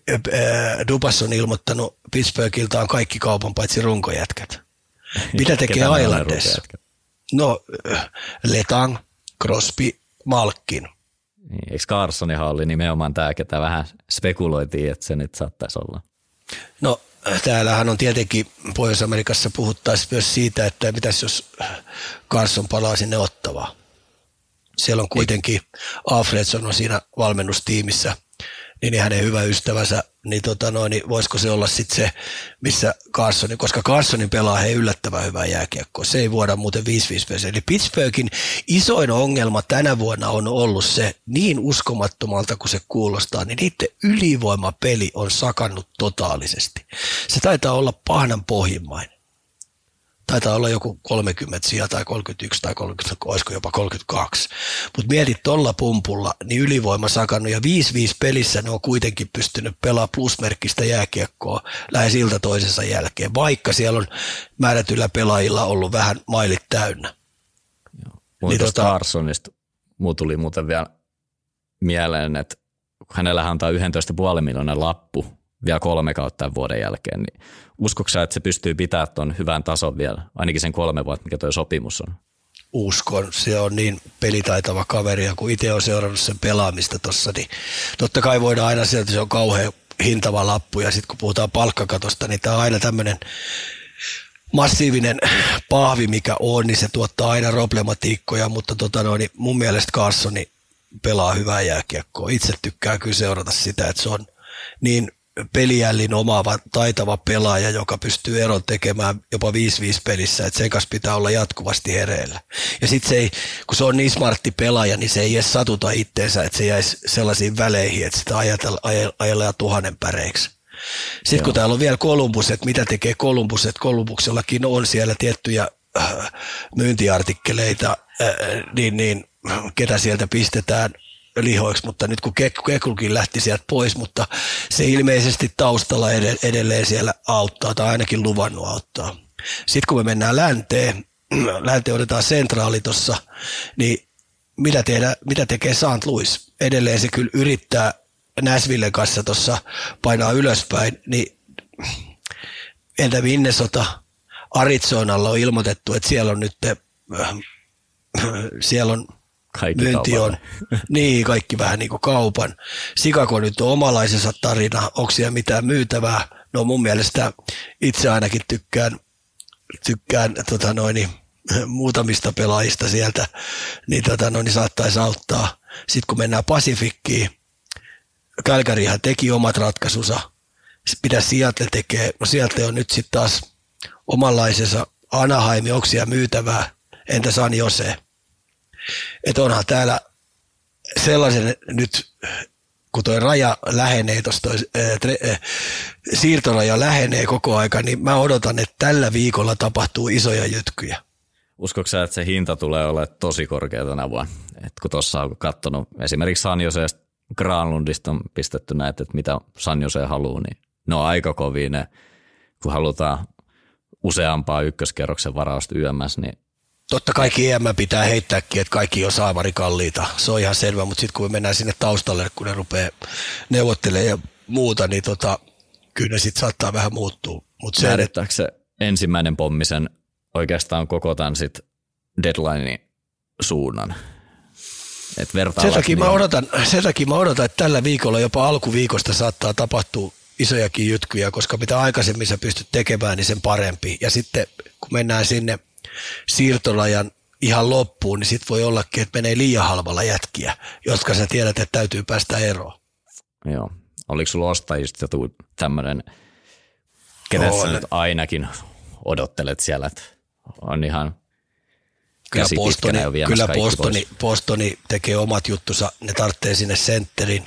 Dubas on ilmoittanut Pittsburghilta on kaikki kaupan paitsi runkojätkät. Mitä tekee Islanders? No, Letang, Crosby, Malkin.
Eikö Carsonihan oli nimenomaan tämä, ketä vähän spekuloitiin, että se nyt saattaisi olla?
No, täällähän on tietenkin Pohjois-Amerikassa puhuttaisiin myös siitä, että mitäs jos Carson palaa sinne Ottavaan. Siellä on kuitenkin Alfredson on siinä valmennustiimissä, niin hänen hyvä ystävänsä, niin, niin voisiko se olla sitten se, missä Carson, koska Carsonin pelaa he yllättävän hyvää jääkiekkoa. Se ei vuoda muuten 5-5 peliä. Eli Pittsburghin isoin ongelma tänä vuonna on ollut se, niin uskomattomalta kuin se kuulostaa, niin niiden ylivoimapeli on sakannut totaalisesti. Se taitaa olla pahnan pohjimmainen. Taitaa olla joku 30 sijaa tai 31 tai 30, olisiko jopa 32. Mutta mietit tuolla pumpulla, niin ylivoima sakannut ja 5-5 pelissä ne on kuitenkin pystynyt pelaamaan plusmerkkistä jääkiekkoa lähes ilta toisensa jälkeen, vaikka siellä on määrätyillä pelaajilla ollut vähän mailit täynnä.
Niin Carsonista muu tuli muuten vielä mieleen, että hänellä antaa 11,5 miljoonan lappu vielä 3 kautta vuoden jälkeen, niin uskotko sä, että se pystyy pitämään tuon hyvän tason vielä, ainakin sen 3 vuotta, mikä tuo sopimus on?
Uskon, se on niin pelitaitava kaveri, ja kun itse olen seurannut sen pelaamista tuossa, niin totta kai voidaan aina sieltä, se on kauhean hintava lappu, ja sitten kun puhutaan palkkakatosta, niin tämä on aina tämmöinen massiivinen pahvi, mikä on, niin se tuottaa aina problematiikkoja, mutta niin mun mielestä Carsoni pelaa hyvää jääkiekkoa. Itse tykkään kyllä seurata sitä, että se on niin pelijällin omaava, taitava pelaaja, joka pystyy eron tekemään jopa 5-5 pelissä, että sen kanssa pitää olla jatkuvasti hereillä. Ja sitten se ei, kun se on niin smartti pelaaja, niin se ei edes satuta itteensä, että se jäisi sellaisiin väleihin, että sitä ajellaan 1000 päreiksi. Sitten kun täällä on vielä Columbus, että mitä tekee Columbus, että Columbuksellakin on siellä tiettyjä myyntiartikkeleita, niin ketä sieltä pistetään lihoiksi, mutta nyt kun Kekulkin lähti sieltä pois, mutta se ilmeisesti taustalla edelleen siellä auttaa, tai ainakin luvannut auttaa. Sitten kun me mennään länteen otetaan sentraali tuossa, niin mitä tekee St. Louis? Edelleen se kyllä yrittää Nashvillen kanssa tuossa painaa ylöspäin, niin entä Minnesota? Arizonalla on ilmoitettu, että siellä on nyt siellä on kaikki myynti kaupan. On, niin kaikki vähän niin kuin kaupan. Chicago nyt on omalaisensa tarina, onko siellä mitään myytävää? No mun mielestä itse ainakin tykkään muutamista pelaajista sieltä, niin, niin saattaisi auttaa. Sitten kun mennään Pasifikkiin, Calgaryhan teki omat ratkaisunsa, mitä Seattle tekee? No Seattle on nyt sitten taas omanlaisensa Anaheim, onko siellä myytävää? Entä San Jose? Että onhan täällä sellaisen nyt, kun tuo raja lähenee, siirtoraja lähenee koko aika, niin mä odotan, että tällä viikolla tapahtuu isoja jytkyjä.
Uskotko sä, että se hinta tulee olemaan tosi korkea tänä vuonna? Et kun tuossa on katsonut esimerkiksi San Joseesta, Granlundista on pistetty näitä, että mitä San Jose haluaa, niin ne on aika kovia ne, kun halutaan useampaa ykköskerroksen varausta YMS, niin
totta kai GM pitää heittääkin, että kaikki on saamari kalliita. Se on ihan selvä, mutta sitten kun me mennään sinne taustalle, kun ne rupeaa neuvottelemaan ja muuta, niin kyllä ne sitten saattaa vähän muuttua.
Määrittääkö se ensimmäinen pommisen oikeastaan koko tämän sit deadlinein suunnan?
Sen takia mä odotan, että tällä viikolla jopa alkuviikosta saattaa tapahtua isojakin jytkyjä, koska mitä aikaisemmin sä pystyt tekemään, niin sen parempi. Ja sitten kun mennään sinne siirtorajan ihan loppuun, niin sitten voi ollakin, että menee liian halvalla jätkiä, jotka sä tiedät, että täytyy päästä eroon.
Joo. Oliko sulla ostajista joku tämmöinen, ketä sä nyt ainakin odottelet siellä, että on ihan käsi pitkänä jo viemässä kaikki pois?
Bostoni tekee omat juttusa, ne tarvitsee sinne sentterin.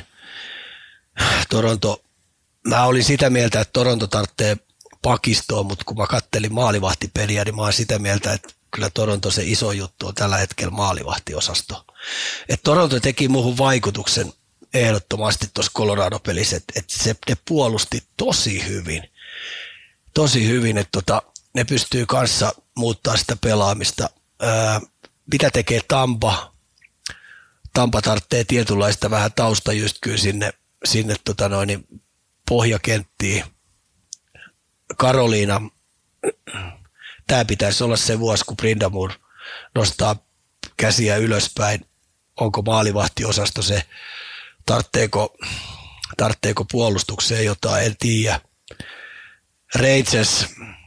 Toronto, mä olin sitä mieltä, että Toronto tarvitsee pakistoon, mutta kun mä kattelin maalivahtipeliä, niin mä oon sitä mieltä, että kyllä Toronto se iso juttu on tällä hetkellä maalivahtiosasto. Et Toronto teki muuhun vaikutuksen ehdottomasti tuossa Colorado-pelissä, että ne puolusti tosi hyvin, että ne pystyy kanssa muuttaa sitä pelaamista. Mitä tekee Tampa? Tampa tarvitsee tietynlaista vähän taustajystkyä sinne pohjakenttiin. Karoliina, tämä pitäisi olla se vuosi, kun Brindamore nostaa käsiä ylöspäin. Onko maalivahtiosasto se, tarvitseeko puolustukseen jotain, en tiedä. Rangers,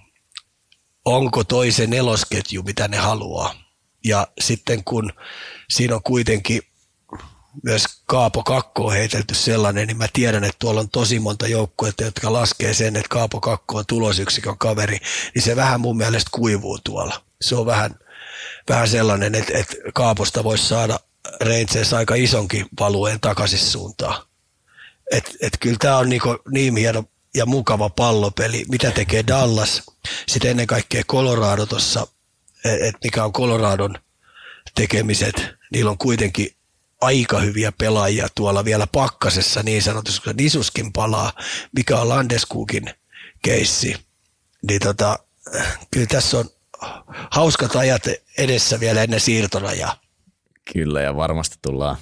onko toisen nelosketju, mitä ne haluaa. Ja sitten kun siinä on kuitenkin myös Kaapo Kakko on heitelty sellainen, niin mä tiedän, että tuolla on tosi monta joukkuetta, jotka laskee sen, että Kaapo Kakko on tulosyksikön kaveri, niin se vähän mun mielestä kuivuu tuolla. Se on vähän sellainen, että Kaaposta voisi saada Rangers aika isonkin valueen takaisin suuntaan. Et kyllä tämä on niin hieno ja mukava pallopeli, mitä tekee Dallas. Sitten ennen kaikkea Colorado tuossa, että mikä on Coloradon tekemiset, niillä on kuitenkin aika hyviä pelaajia tuolla vielä pakkasessa niin sanotusti, kun Nisuskin palaa, mikä on Landeskogin keissi. Niin kyllä tässä on hauskat ajat edessä vielä ennen siirtorajaa.
Kyllä, ja varmasti tullaan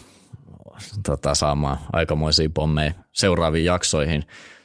saamaan aikamoisia pommeja seuraaviin jaksoihin.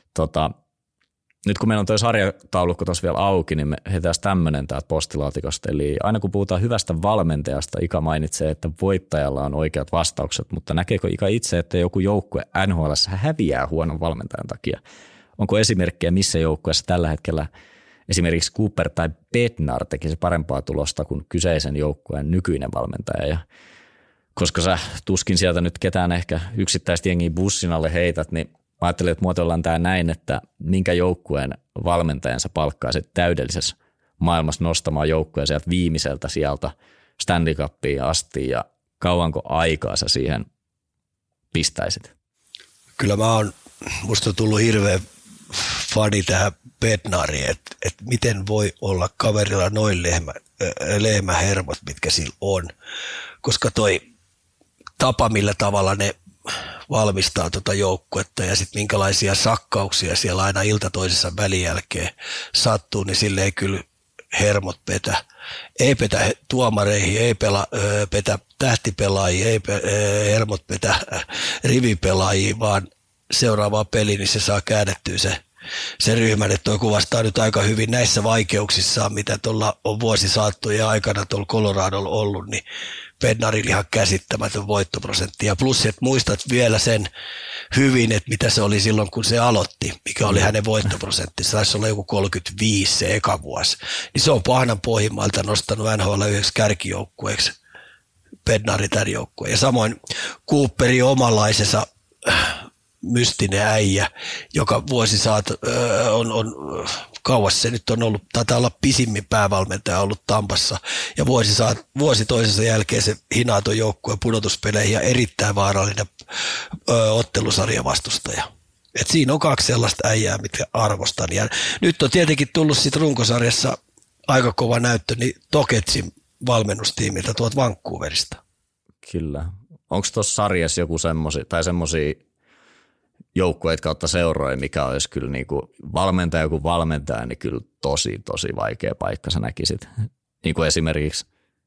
Nyt kun meillä on tuo sarjataulukko tuossa vielä auki, niin me heitään tämmöinen täältä postilaatikosta. Eli aina kun puhutaan hyvästä valmentajasta, Ika mainitsee, että voittajalla on oikeat vastaukset, mutta näkeekö Ika itse, että joku joukkue NHL:ssä häviää huonon valmentajan takia? Onko esimerkkejä, missä joukkueessa tällä hetkellä esimerkiksi Cooper tai Bednar tekisi parempaa tulosta kuin kyseisen joukkueen nykyinen valmentaja? Ja koska sä tuskin sieltä nyt ketään ehkä yksittäistä jengiä bussin alle heität, niin mä ajattelin, että muotoillaan tämä näin, että minkä joukkueen valmentajansa palkkaisit täydellisessä maailmassa nostamaan joukkueen sieltä viimeiseltä sieltä Stanley Cupiin asti ja kauanko aikaa sä siihen pistäisit?
Kyllä musta on tullut hirveä fani tähän Bednariin, että miten voi olla kaverilla noin lehmähermot, mitkä sillä on, koska toi tapa, millä tavalla ne valmistaa tuota joukkuetta ja sitten minkälaisia sakkauksia siellä aina ilta toisessa välin jälkeen sattuu, niin sille ei kyllä hermot petä. Ei petä tuomareihin, ei petä tähtipelaajia, ei hermot petä rivipelaajia, vaan seuraavaa peli, niin se saa käännettyä se ryhmän, että toi kuvastaa nyt aika hyvin näissä vaikeuksissaan, mitä tuolla on vuosisaattujen aikana tuolla Coloradolla ollut, niin Bednarilla ihan käsittämätön voittoprosentti. Ja plus, että muistat vielä sen hyvin, että mitä se oli silloin, kun se aloitti, mikä oli hänen voittoprosentti. Se taisi olla joku 35 se eka vuosi. Niin se on pahnan pohjimmalta nostanut NHL yhdeksi kärkijoukkueeksi Bednarin tämän joukkueen. Ja samoin Cooperi omanlaisensa mystinen äijä, joka on kauas se nyt on ollut, taitaa olla pisimmin päävalmentaja ollut Tampassa, ja vuosi toisensa jälkeen se hinaa tuon joukkueen pudotuspeleihin ja erittäin vaarallinen ottelusarja vastustaja. Et siinä on kaksi sellaista äijää, mitkä arvostan. Ja nyt on tietenkin tullut sit runkosarjassa aika kova näyttö niin Toketsin valmennustiimiltä tuolta Vancouverista.
Kyllä. Onko tuossa sarjassa joku semmoisia joukkueet kautta seuroja, mikä olisi kyllä niinku valmentaja kuin valmentaja, niin kyllä tosi vaikea paikka sä näkisit. Niin kuin esimerkiksi,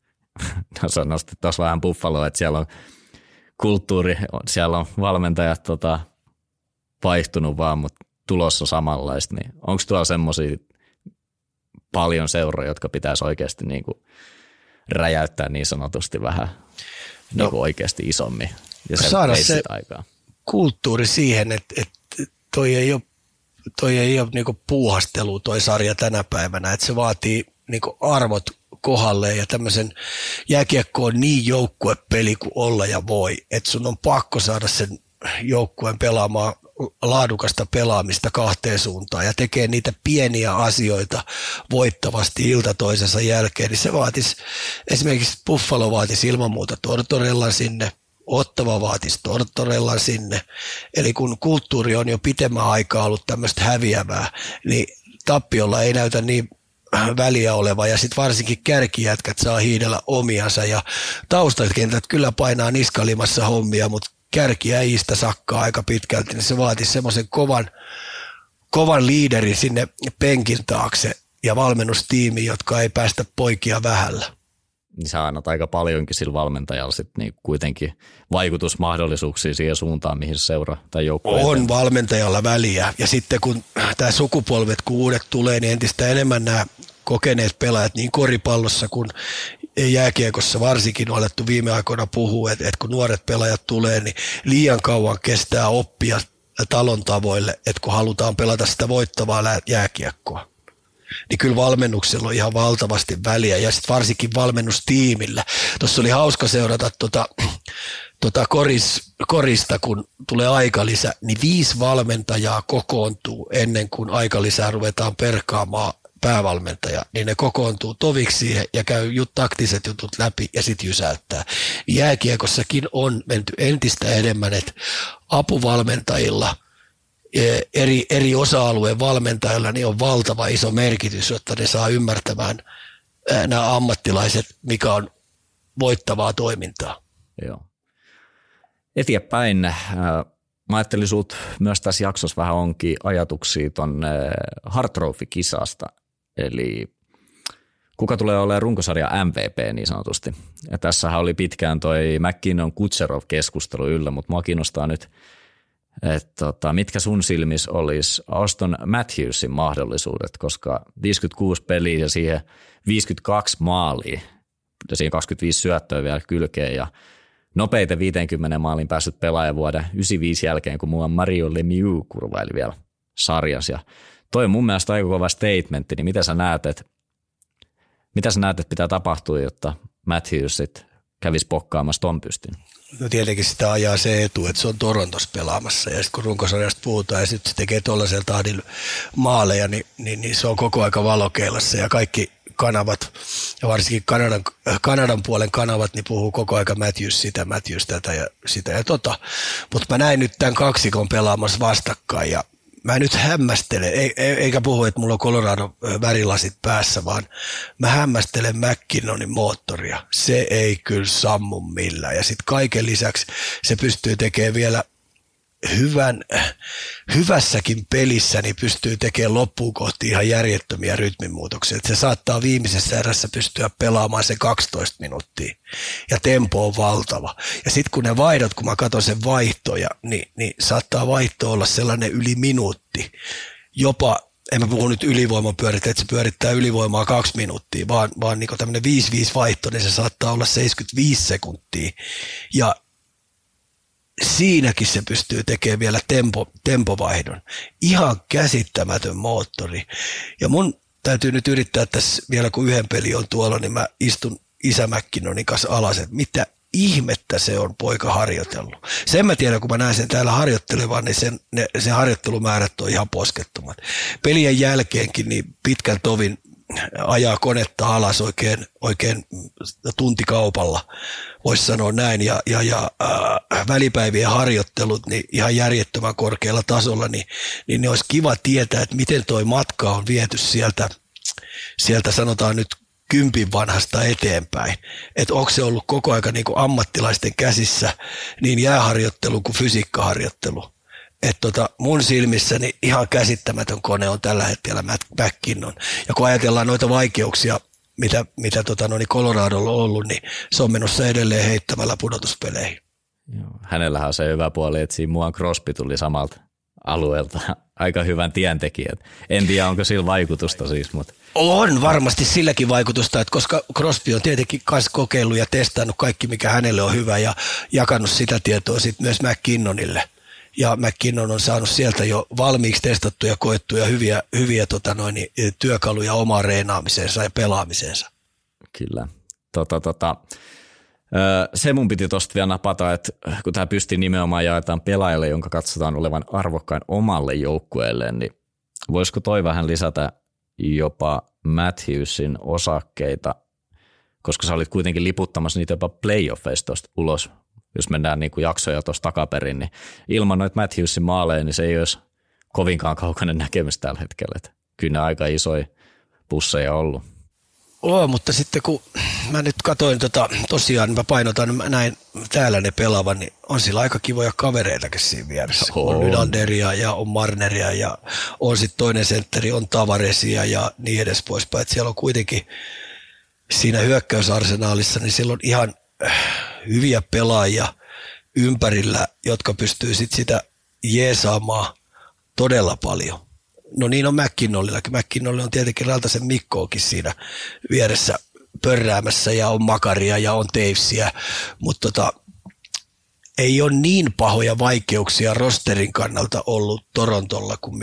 nostit tuossa vähän Buffaloa, että siellä on kulttuuri, siellä on valmentajat vaihtunut vaan, mutta tulossa on samanlaista, niin onko tuolla semmoisia paljon seuroja, jotka pitäisi oikeasti niinku räjäyttää niin sanotusti vähän niinku oikeasti isommin ja
saada se
aikaa?
Kulttuuri siihen, että toi ei ole niinku puuhastelu toi sarja tänä päivänä, että se vaatii niinku arvot kohdalleen ja tämmöisen jääkiekko on niin joukkuepeli kuin olla ja voi, että sun on pakko saada sen joukkueen pelaamaan laadukasta pelaamista kahteen suuntaan ja tekee niitä pieniä asioita voittavasti ilta toisensa jälkeen, niin se vaatisi, esimerkiksi Buffalo vaatisi ilman muuta Tortorellan sinne, Ottava vaatisi Tortorellan sinne, eli kun kulttuuri on jo pitemmän aikaa ollut tämmöistä häviävää, niin tappiolla ei näytä niin väliä oleva ja sitten varsinkin kärkijätkät saa hiidellä omiansa ja taustakentät kyllä painaa niskalimassa hommia, mutta kärkiäjistä sakkaa aika pitkälti, niin se vaatisi semmoisen kovan liiderin sinne penkin taakse ja valmennustiimi, jotka ei päästä poikia vähällä.
Niin sä annat aika paljonkin sillä valmentajalla sit niin kuitenkin vaikutusmahdollisuuksia siihen suuntaan, mihin se seuraa tai joukkue
on valmentajalla väliä ja sitten kun tämä sukupolvet, kun uudet tulee, niin entistä enemmän nämä kokeneet pelaajat niin koripallossa kuin jääkiekossa varsinkin on alettu viime aikoina puhua, että kun nuoret pelaajat tulee, niin liian kauan kestää oppia talon tavoille, että kun halutaan pelata sitä voittavaa jääkiekkoa, niin kyllä valmennuksella on ihan valtavasti väliä ja sitten varsinkin valmennustiimillä. Tuossa oli hauska seurata korista, kun tulee aikalisä, niin 5 valmentajaa kokoontuu ennen kuin aikalisää ruvetaan perkaamaan päävalmentaja, niin ne kokoontuu toviksi siihen ja käy taktiset jutut läpi ja sitten jysäyttää. Jääkiekossakin on menty entistä enemmän, että apuvalmentajilla, eri osa-alueen valmentajilla niin on valtava iso merkitys, jotta ne saa ymmärtämään nämä ammattilaiset, mikä on voittavaa toimintaa.
Joo. Eteenpäin. Mä ajattelin sut myös tässä jaksossa vähän onkin ajatuksia ton Hart Trophy-kisasta, eli kuka tulee olemaan runkosarja MVP niin sanotusti. Ja tässähän oli pitkään toi McKinnon-Kucherov-keskustelu yllä, mutta mua kiinnostaa nyt, että mitkä sun silmissä olisi Auston Matthewsin mahdollisuudet, koska 56 peliä ja siihen 52 maalia ja siihen 25 syöttöä vielä kylkeen ja nopeiten 50 maalin päässyt pelaaja vuoden 95 jälkeen, kun mulla Mario Lemieux kurvaili vielä sarjassa. Ja toi on mun mielestä aika kova statementti, niin mitä sä näet, että pitää tapahtua, jotta Matthews sit kävisi pokkaamassa ton pystyn?
No tietenkin sitä ajaa se etu, että se on Torontossa pelaamassa ja sitten kun runkosarjasta puhutaan ja sitten se tekee tuollaisella tahdilla maaleja, niin se on koko aika valokeilassa ja kaikki kanavat ja varsinkin Kanadan puolen kanavat niin puhuu koko aika Matthews tätä ja sitä ja tota. Mutta mä näin nyt tämän kaksikon pelaamassa vastakkain ja mä nyt hämmästelen, eikä puhu, että mulla on Colorado värilasit päässä, vaan mä hämmästelen McKinnonin moottoria. Se ei kyllä sammu millään ja sitten kaiken lisäksi se pystyy tekemään vielä hyvässäkin pelissä niin pystyy tekemään loppuun kohti ihan järjettömiä rytminmuutoksia. Että se saattaa viimeisessä erässä pystyä pelaamaan se 12 minuuttia ja tempo on valtava. Ja sitten kun ne vaihdot, kun mä katson sen vaihtoja, niin saattaa vaihto olla sellainen yli minuutti. Jopa, en mä puhu nyt ylivoimapyörittä, että se pyörittää ylivoimaa 2 minuuttia, vaan niin tämmöinen 5-5 vaihto, niin se saattaa olla 75 sekuntia. Ja siinäkin se pystyy tekemään vielä tempovaihdon. Ihan käsittämätön moottori. Ja mun täytyy nyt yrittää tässä vielä, kun yhden peli on tuolla, niin mä istun isä McKinnonin kanssa alas, että mitä ihmettä se on poika harjoitellut. Sen mä tiedän, kun mä näen sen täällä harjoittelevan, niin sen harjoittelumäärät on ihan poskettomat. Pelien jälkeenkin niin pitkän tovin ajaa konetta alas oikein tuntikaupalla, voisi sanoa näin, ja välipäivien harjoittelut niin ihan järjettömän korkealla tasolla, niin ne olisi kiva tietää, että miten toi matka on viety sieltä sanotaan nyt 10 vanhasta eteenpäin, että onko se ollut koko ajan niin kuin ammattilaisten käsissä niin jääharjoittelu kuin fysiikkaharjoittelu. Että mun silmissäni ihan käsittämätön kone on tällä hetkellä McKinnon. Ja kun ajatellaan noita vaikeuksia, mitä Coloradolla on ollut, niin se on menossa edelleen heittämällä pudotuspeleihin.
Joo. Hänellähän on se hyvä puoli, että siinä muuan Crosby tuli samalta alueelta aika hyvän tientekijät. En tiedä, onko sillä vaikutusta siis, mutta
on varmasti silläkin vaikutusta, että koska Crosby on tietenkin myös kokeillut ja testannut kaikki, mikä hänelle on hyvä ja jakanut sitä tietoa sitten myös McKinnonille. Ja McKinnon on saanut sieltä jo valmiiksi testattuja, koettuja hyviä työkaluja omaan reenaamiseensa ja pelaamiseensa.
Kyllä. Se mun piti tuosta vielä napata, että kun tämä pysti nimenomaan jaetaan pelaajalle, jonka katsotaan olevan arvokkain omalle joukkueelleen, niin voisiko toi vähän lisätä jopa Matthewsin osakkeita, koska sä olit kuitenkin liputtamassa niitä jopa playoffeista tuosta ulos, jos mennään niin kuin jaksoja tuossa takaperin, niin ilman noita Matthewsin maaleja, niin se ei olisi kovinkaan kaukainen näkemys tällä hetkellä. Että kyllä ne aika isoja pusseja ollut.
Mutta sitten kun mä nyt katsoin tosiaan, mä painotan näin täällä ne pelaavan, niin on sillä aika kivoja kavereitakin siinä vieressä. On Nylanderia ja on Marneria ja on sitten toinen sentteri, on Tavaresia ja niin edes poispäin. Et siellä on kuitenkin siinä hyökkäysarsenaalissa, niin siellä on ihan hyviä pelaajia ympärillä, jotka pystyy sitten sitä jeesaamaan todella paljon. No niin on McKinnonillakin. McKinnonilla on tietenkin Raltasen Mikkoakin siinä vieressä pörräämässä ja on Makaria ja on Tavesia, mutta ei ole niin pahoja vaikeuksia rosterin kannalta ollut Torontolla kuin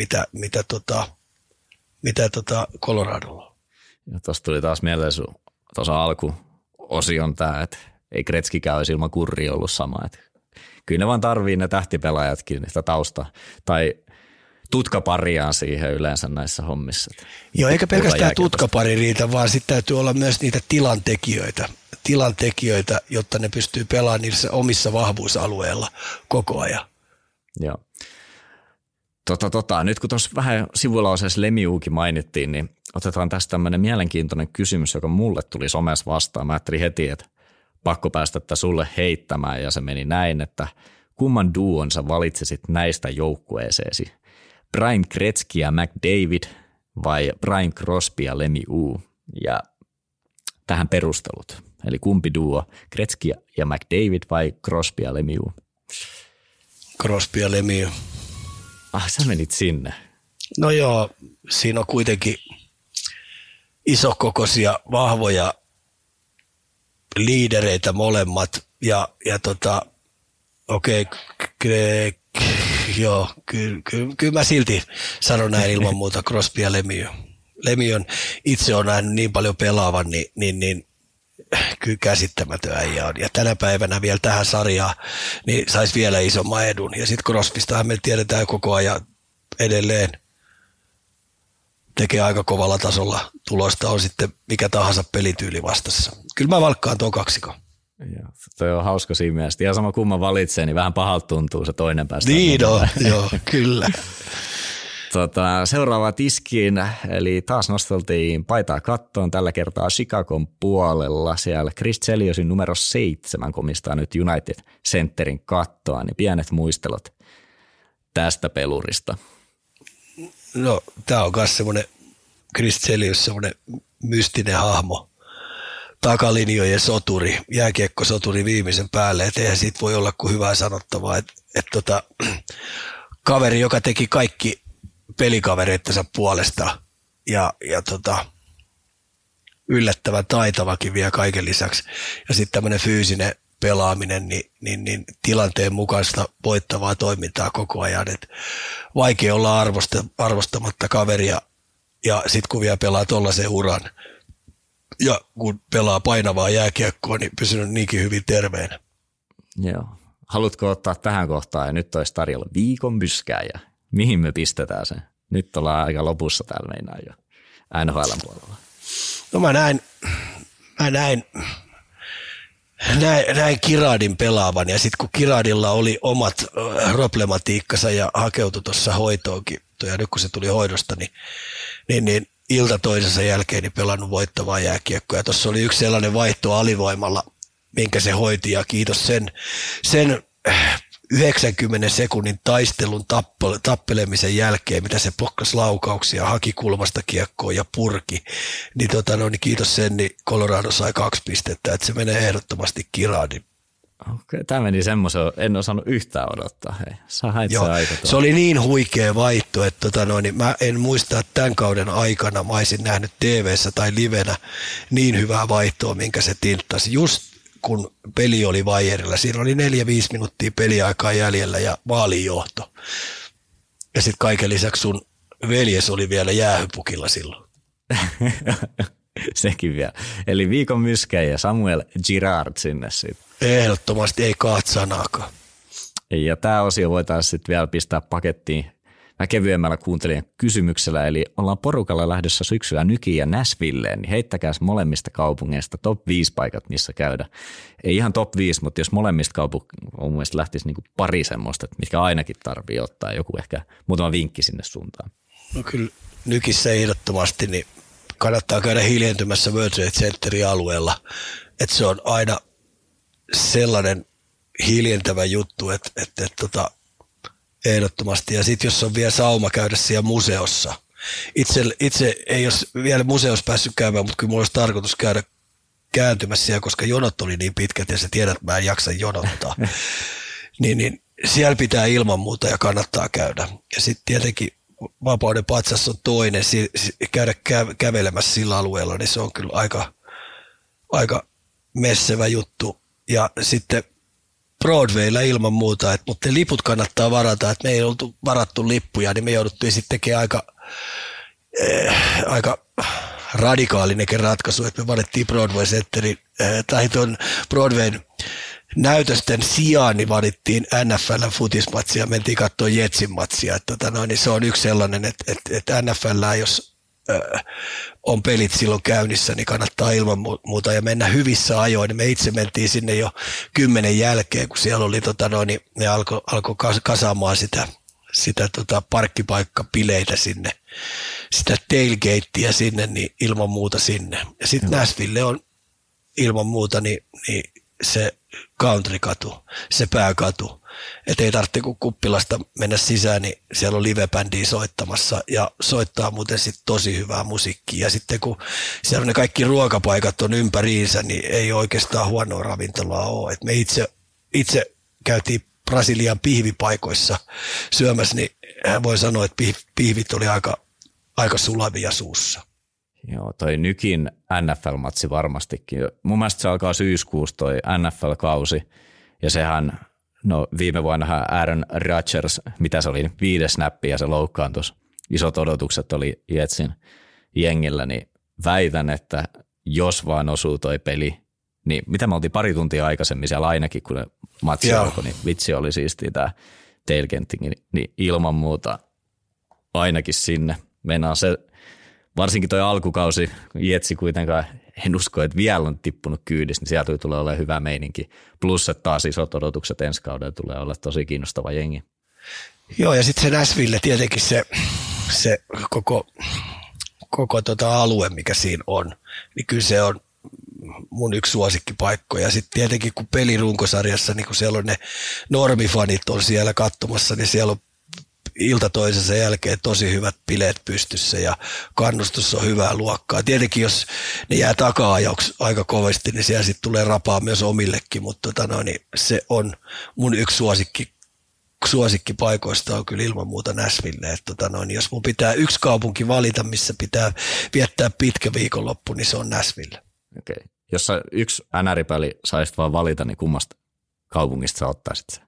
mitä Coloradolla.
Ja tuossa tuli taas mieleen tuossa alkuosion tämä, että ei Gretzkikään olisi ilman Kurria ollut sama. Että kyllä ne vaan tarvii ne tähtipelaajatkin, niitä tausta tai tutkapariaan siihen yleensä näissä hommissa.
Joo, eikä pelkästään tutkapari riitä, vaan sitten täytyy olla myös niitä tilantekijöitä, jotta ne pystyy pelaamaan niissä omissa vahvuusalueilla koko ajan.
Joo. Nyt kun tuossa vähän sivulauseessa Lemieuxkin mainittiin, niin otetaan tästä tämmöinen mielenkiintoinen kysymys, joka mulle tuli somessa vastaan. Mä ajattelin heti, että pakko päästä tätä sulle heittämään ja se meni näin, että kumman duon sä valitsesit näistä joukkueeseesi? Brian Gretzky ja McDavid vai Brian Crosby ja Lemieux? Ja tähän perustelut. Eli kumpi duo, Gretzky ja McDavid vai Crosby ja Lemieux?
Crosby ja Lemieux.
Sä menit sinne.
No joo, siinä on kuitenkin isokokoisia, vahvoja liidereitä molemmat. Ja kyllä mä silti sanon näin ilman muuta Crosby ja Lemieux. Lemieux itse on nähnyt niin paljon pelaavan, niin kyllä käsittämätön äijä on. Ja tänä päivänä vielä tähän sarjaan niin saisi vielä isomman edun. Ja sitten Crosbystahan me tiedetään koko ajan edelleen tekee aika kovalla tasolla tulosta, on sitten mikä tahansa pelityyli vastassa. Kyllä mä valkkaan tuon kaksikon.
Toi on hauska siinä mielessä. Ihan sama kumman valitsee, niin vähän pahalta tuntuu se toinen päästä.
Niin on, joo, kyllä.
Seuraava tiskiin, eli taas nosteltiin paitaa kattoon tällä kertaa Chicagon puolella. Siellä Chris Cheliossin numero 7 komistaa nyt United Centerin kattoa, niin pienet muistelot tästä pelurista.
No, tää on myös semmoinen Chris Chelios, semmoinen mystinen hahmo. Takalinjojen soturi, jääkiekkosoturi viimeisen päälle, et eihän siitä voi olla kuin hyvää sanottavaa, että kaveri, joka teki kaikki pelikavereittensa puolesta ja yllättävän taitavakin vielä kaiken lisäksi. Ja sitten tämmöinen fyysinen pelaaminen, niin tilanteen mukaista voittavaa toimintaa koko ajan. Et vaikea olla arvostamatta kaveria ja sitten kun vielä pelaa tollaisen uran ja kun pelaa painavaa jääkiekkoa, niin pysynyt niinkin hyvin terveenä.
Joo. Haluatko ottaa tähän kohtaan ja nyt olisi tarjolla viikon myskääjä? Mihin me pistetään sen? Nyt ollaan aika lopussa täällä meinaa jo NHL:n puolella.
No mä näin Kiradin pelaavan ja sitten kun Kiradilla oli omat problematiikkansa ja hakeutui tuossa hoitoonkin, ja nyt kun se tuli hoidosta, niin ilta toisensa jälkeen niin pelannut voittavaa jääkiekkoa. Ja tuossa oli yksi sellainen vaihto alivoimalla, minkä se hoiti ja kiitos sen 90 sekunnin taistelun tappelemisen jälkeen, mitä se pokkas laukauksia, haki kulmasta kiekkoon ja purki, niin, niin kiitos sen, niin Colorado sai 2 pistettä, että se menee ehdottomasti Kiradin.
Okei, tämä meni semmoisen, en osannut yhtään odottaa. Hei, sä hait se aika.
Se oli niin huikea vaihto, että niin mä en muista, että tämän kauden aikana mä olisin nähnyt TV:ssä tai livenä niin hyvää vaihtoa, minkä se tinttasi. Just kun peli oli vaijerilla, siinä oli 4-5 minuuttia peliaikaa jäljellä ja maalijohto. Ja sitten kaiken lisäksi sun veljes oli vielä jäähypukilla silloin.
Sekin vielä. Eli viikon myskäjä Samuel Girard sinne sitten.
Ehdottomasti ei sanaakaan.
Ja tämä osio voitaisiin sitten vielä pistää pakettiin vähän kevyemmällä kuuntelijan kysymyksellä. Eli ollaan porukalla lähdössä syksyllä Nykiin ja Nashvilleen, niin heittäkääs molemmista kaupungeista top 5 paikat, missä käydä. Ei ihan top 5, mutta jos molemmista kaupungeista mun mielestä lähtisi niinku pari semmoista, mitkä ainakin tarvii ottaa, joku ehkä muutama vinkki sinne suuntaan.
No kyllä Nykissä ehdottomasti, niin kannattaa käydä hiljentymässä World Trade Centerin alueella, että se on aina sellainen hiljentävä juttu, että ehdottomasti. Ja sitten jos on vielä sauma käydä siellä museossa. Itse ei ole vielä museossa päässyt käymään, mutta kyllä mulla olisi tarkoitus käydä kääntymässä siellä, koska jonot oli niin pitkät ja sä tiedät, että mä en jaksa jonottaa. niin siellä pitää ilman muuta ja kannattaa käydä. Ja sitten tietenkin Vapauden patsas on toinen, käydä kävelemässä sillä alueella, niin se on kyllä aika messevä juttu. Ja sitten Broadwaylla ilman muuta, mutta liput kannattaa varata, että me ei oltu varattu lippuja, niin me jouduttiin sitten tekemään aika radikaalinenkin ratkaisu, että me valittiin Broadway-setterin, tai tuon Broadwayn näytösten sijaan niin valittiin NFL-futismatsia ja mentiin katsoa Jetsin matsia. Niin se on yksi sellainen, että NFL, jos on pelit silloin käynnissä, niin kannattaa ilman muuta ja mennä hyvissä ajoin. Niin me itse mentiin sinne jo 10 jälkeen, kun siellä oli, ne alkoi kasaamaan sitä parkkipaikkapileitä sinne, sitä tailgatea sinne, niin ilman muuta sinne. Ja sitten Nashville on ilman muuta niin se countrykatu, se pääkatu. Että ei tarvitse kun kuppilasta mennä sisään, niin siellä on livebändiä soittamassa ja soittaa muuten sitten tosi hyvää musiikkia. Ja sitten kun siellä ne kaikki ruokapaikat on ympäriinsä, niin ei oikeastaan huonoa ravintolaa ole. Et me itse käytiin Brasilian pihvipaikoissa syömässä, niin voi sanoa, että pihvit oli aika sulavia suussa.
Joo, toi Nykin NFL-matsi varmastikin. Mun mielestä se alkaa syyskuussa toi NFL-kausi, ja sehän, viime vuonnahan Aaron Rodgers, mitä se oli, 5 snappi ja se loukkaantus. Isot odotukset oli Jetsin jengillä, niin väitän, että jos vaan osuu toi peli, niin mitä me oltiin pari tuntia aikaisemmin siellä ainakin, kun matsi alkoi, niin vitsi oli siistiä tämä tailgating, niin ilman muuta ainakin sinne. Mennään se, varsinkin toi alkukausi, Jetsi kuitenkaan en usko, että vielä on tippunut kyydissä, niin sieltä tulee olemaan hyvä meininki. Plus, että taas isot odotukset ensi kaudella tulee olla tosi kiinnostava jengi.
Joo, ja sitten se Nashville tietenkin se koko alue, mikä siinä on, niin kyllä se on mun yksi suosikkipaikko. Ja sitten tietenkin kun pelirunkosarjassa, niin kun siellä on ne normifanit on siellä katsomassa, niin siellä on ilta toisensa jälkeen tosi hyvät bileet pystyssä ja kannustus on hyvää luokkaa. Tietenkin jos ne jää taka-ajaksi aika kovasti, niin siellä sitten tulee rapaa myös omillekin, mutta niin se on mun yksi suosikkipaikoista on kyllä ilman muuta Nashville. Jos mun pitää yksi kaupunki valita, missä pitää viettää pitkä viikonloppu, niin se on Nashville.
Okei. Jos sä yksi NR-peli saisit vaan valita, niin kummasta kaupungista sä ottaisit sen?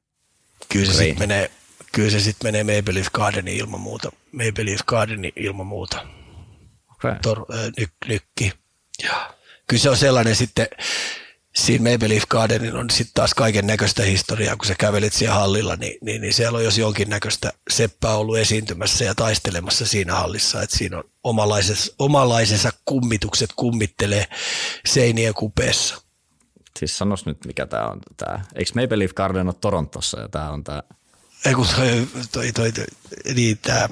Kyllä se sitten menee Maple Leaf Gardenin ilman muuta. Maple Leaf Gardenin ilman muuta.
Okay.
Nykki. Ja. Kyllä se on sellainen sitten, siinä Maple Leaf Gardenin on sitten taas kaiken näköistä historiaa, kun sä kävelet siellä hallilla, niin siellä on jos jonkin näköistä seppää ollut esiintymässä ja taistelemassa siinä hallissa. Että siinä on omanlaisensa kummitukset kummittelee seinien kupeessa.
Siis sanois nyt, mikä tää on. Eikö Maple Leaf Garden ole Torontossa ja tää on tää?
Ei kun niin tää.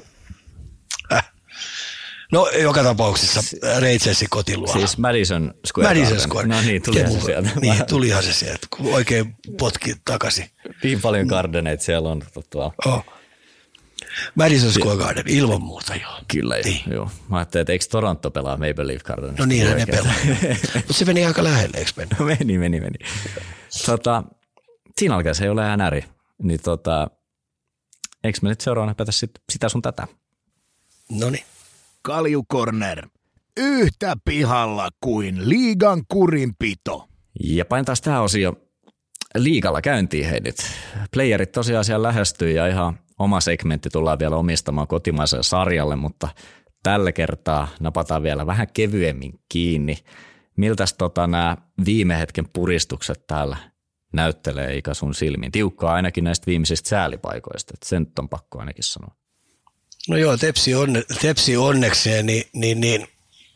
No joka tapauksessa Rangersin kotiluo.
Siis Madison Square Garden. No niin, tulihan se sieltä.
Niin, tulihan se sieltä, kun oikein potki takaisin.
Niin paljon gardeneita siellä on.
Madison Square Garden, ilman muuta joo.
Kyllä niin. Joo. Mä ajattelin, että eikö Toronto pelaa Maple Leaf Garden?
No niin, ne pelaa. Mutta se meni aika lähelle, eikö mennyt?
Meni. Siinä alkaa se ei ole NR. Niin eikö me nyt seuraavana hypätä sitä sun tätä?
Noniin.
Kaljukorner. Yhtä pihalla kuin liigan kurinpito.
Ja painetaan tämä osio liigalla käyntiin hei nyt. Playerit tosiaan siellä lähestyy ja ihan oma segmentti tullaan vielä omistamaan kotimaiselle sarjalle, mutta tällä kertaa napataan vielä vähän kevyemmin kiinni. Miltäs nämä viime hetken puristukset täällä näyttelee eikä sun silmiin? Tiukkaa ainakin näistä viimeisistä säälipaikoista, että sen nyt on pakko ainakin sanoa.
No joo, Tepsi onnekseen, niin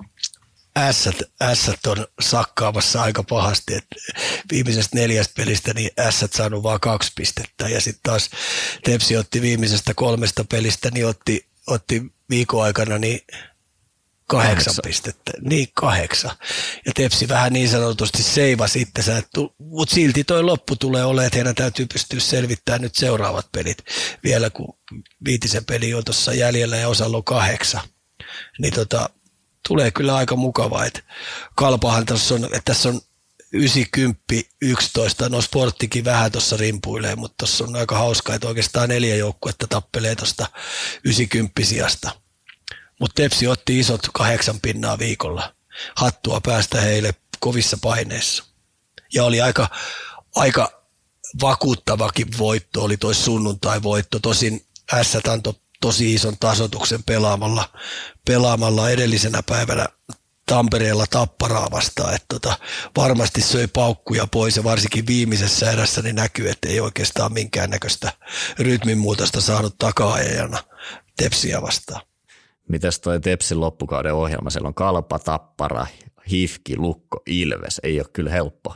ässät on sakkaamassa aika pahasti, että viimeisestä 4 pelistä niin ässät saanut vaan 2 pistettä ja sitten taas Tepsi otti viimeisestä 3 pelistä, niin otti viikon aikana niin 8 pistettä, niin 8. Ja Tepsi vähän niin sanotusti seivasi itsensä, mutta silti toi loppu tulee olemaan, että heidän täytyy pystyä selvittämään nyt seuraavat pelit vielä, kun 5 peli on tuossa jäljellä ja osalla on 8. Niin tulee kyllä aika mukavaa, että Kalpahan tässä on 90, 11, no Sporttikin vähän tuossa rimpuilee, mutta tuossa on aika hauskaa, että oikeastaan 4 joukkuetta tappelee tuosta 90 sijasta. Mutta Tepsi otti isot 8 pinnaa viikolla. Hattua päästä heille kovissa paineissa. Ja oli aika vakuuttavakin voitto oli toi sunnuntai-voitto. Tosin Ässät antoi tosi ison tasoituksen pelaamalla edellisenä päivänä Tampereella Tapparaa vastaan, että varmasti söi paukkuja pois ja varsinkin viimeisessä erässä niin näkyy, että ei oikeastaan minkäännäköistä rytminmuutosta saanut taka-ajajana Tepsiä vastaan.
Mitäs toi Tepsin loppukauden ohjelma? Siellä on Kalpa, Tappara, HIFK, Lukko, Ilves. Ei ole kyllä helppo.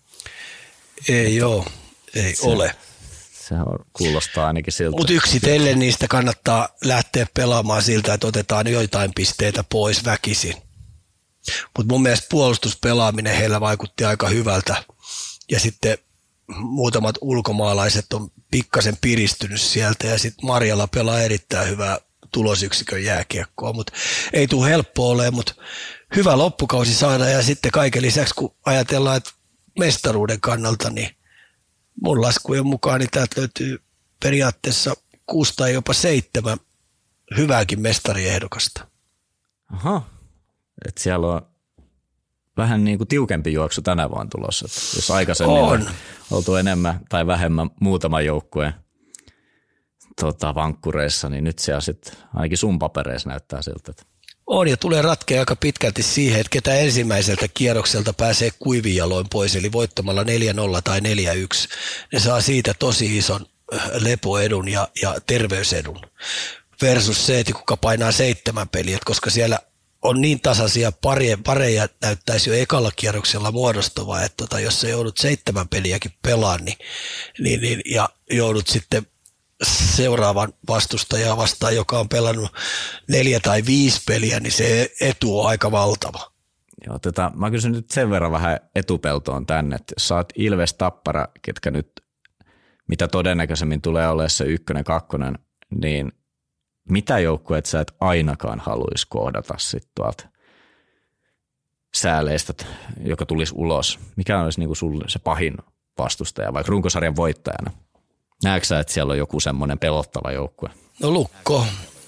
Ei ole.
Se kuulostaa ainakin siltä.
Mutta yksitellen niistä kannattaa lähteä pelaamaan siltä, että otetaan joitain pisteitä pois väkisin. Mutta mun mielestä puolustuspelaaminen heillä vaikutti aika hyvältä. Ja sitten muutamat ulkomaalaiset on pikkasen piristynyt sieltä ja sitten Marjala pelaa erittäin hyvää tulosyksikön jääkiekkoa. Mutta ei tule helppoa ole, mutta hyvä loppukausi saada ja sitten kaiken lisäksi kun ajatellaan, että mestaruuden kannalta, niin mun laskujen mukaan niin täältä löytyy periaatteessa 6 tai jopa 7 hyvääkin mestariehdokasta.
Aha, että siellä on vähän niin kuin tiukempi juoksu tänä vuonna tulossa. Että jos aikaisemmin on oltu enemmän tai vähemmän muutaman joukkueen vankkureissa, niin nyt siellä sitten ainakin sun papereissa näyttää siltä.
On ja tulee ratkea aika pitkälti siihen, että ketä ensimmäiseltä kierrokselta pääsee kuivin jaloin pois, eli voittamalla 4-0 tai 4-1. Ne saa siitä tosi ison lepoedun ja terveysedun versus se, että kuka painaa 7 peliä, koska siellä on niin tasaisia pareja näyttäisi jo ekalla kierroksella muodostuvaa, että jos sä joudut 7 peliäkin pelaan, niin ja joudut sitten seuraavan vastustajaa vastaan, joka on pelannut 4 tai 5 peliä, niin se etu on aika valtava.
Joo, mä kysyn nyt sen verran vähän etupeltoon tänne, että jos sä oot Ilves Tappara, ketkä nyt mitä todennäköisemmin tulee olemaan se 1, 2, niin mitä joukkueet sä et ainakaan haluaisi kohdata sitten tuolta sääleistä, joka tulisi ulos? Mikä olisi niinku sulle se pahin vastustaja, vaikka runkosarjan voittajana? Näetkö sä, että siellä on joku semmoinen pelottava joukkue?
No Lukko.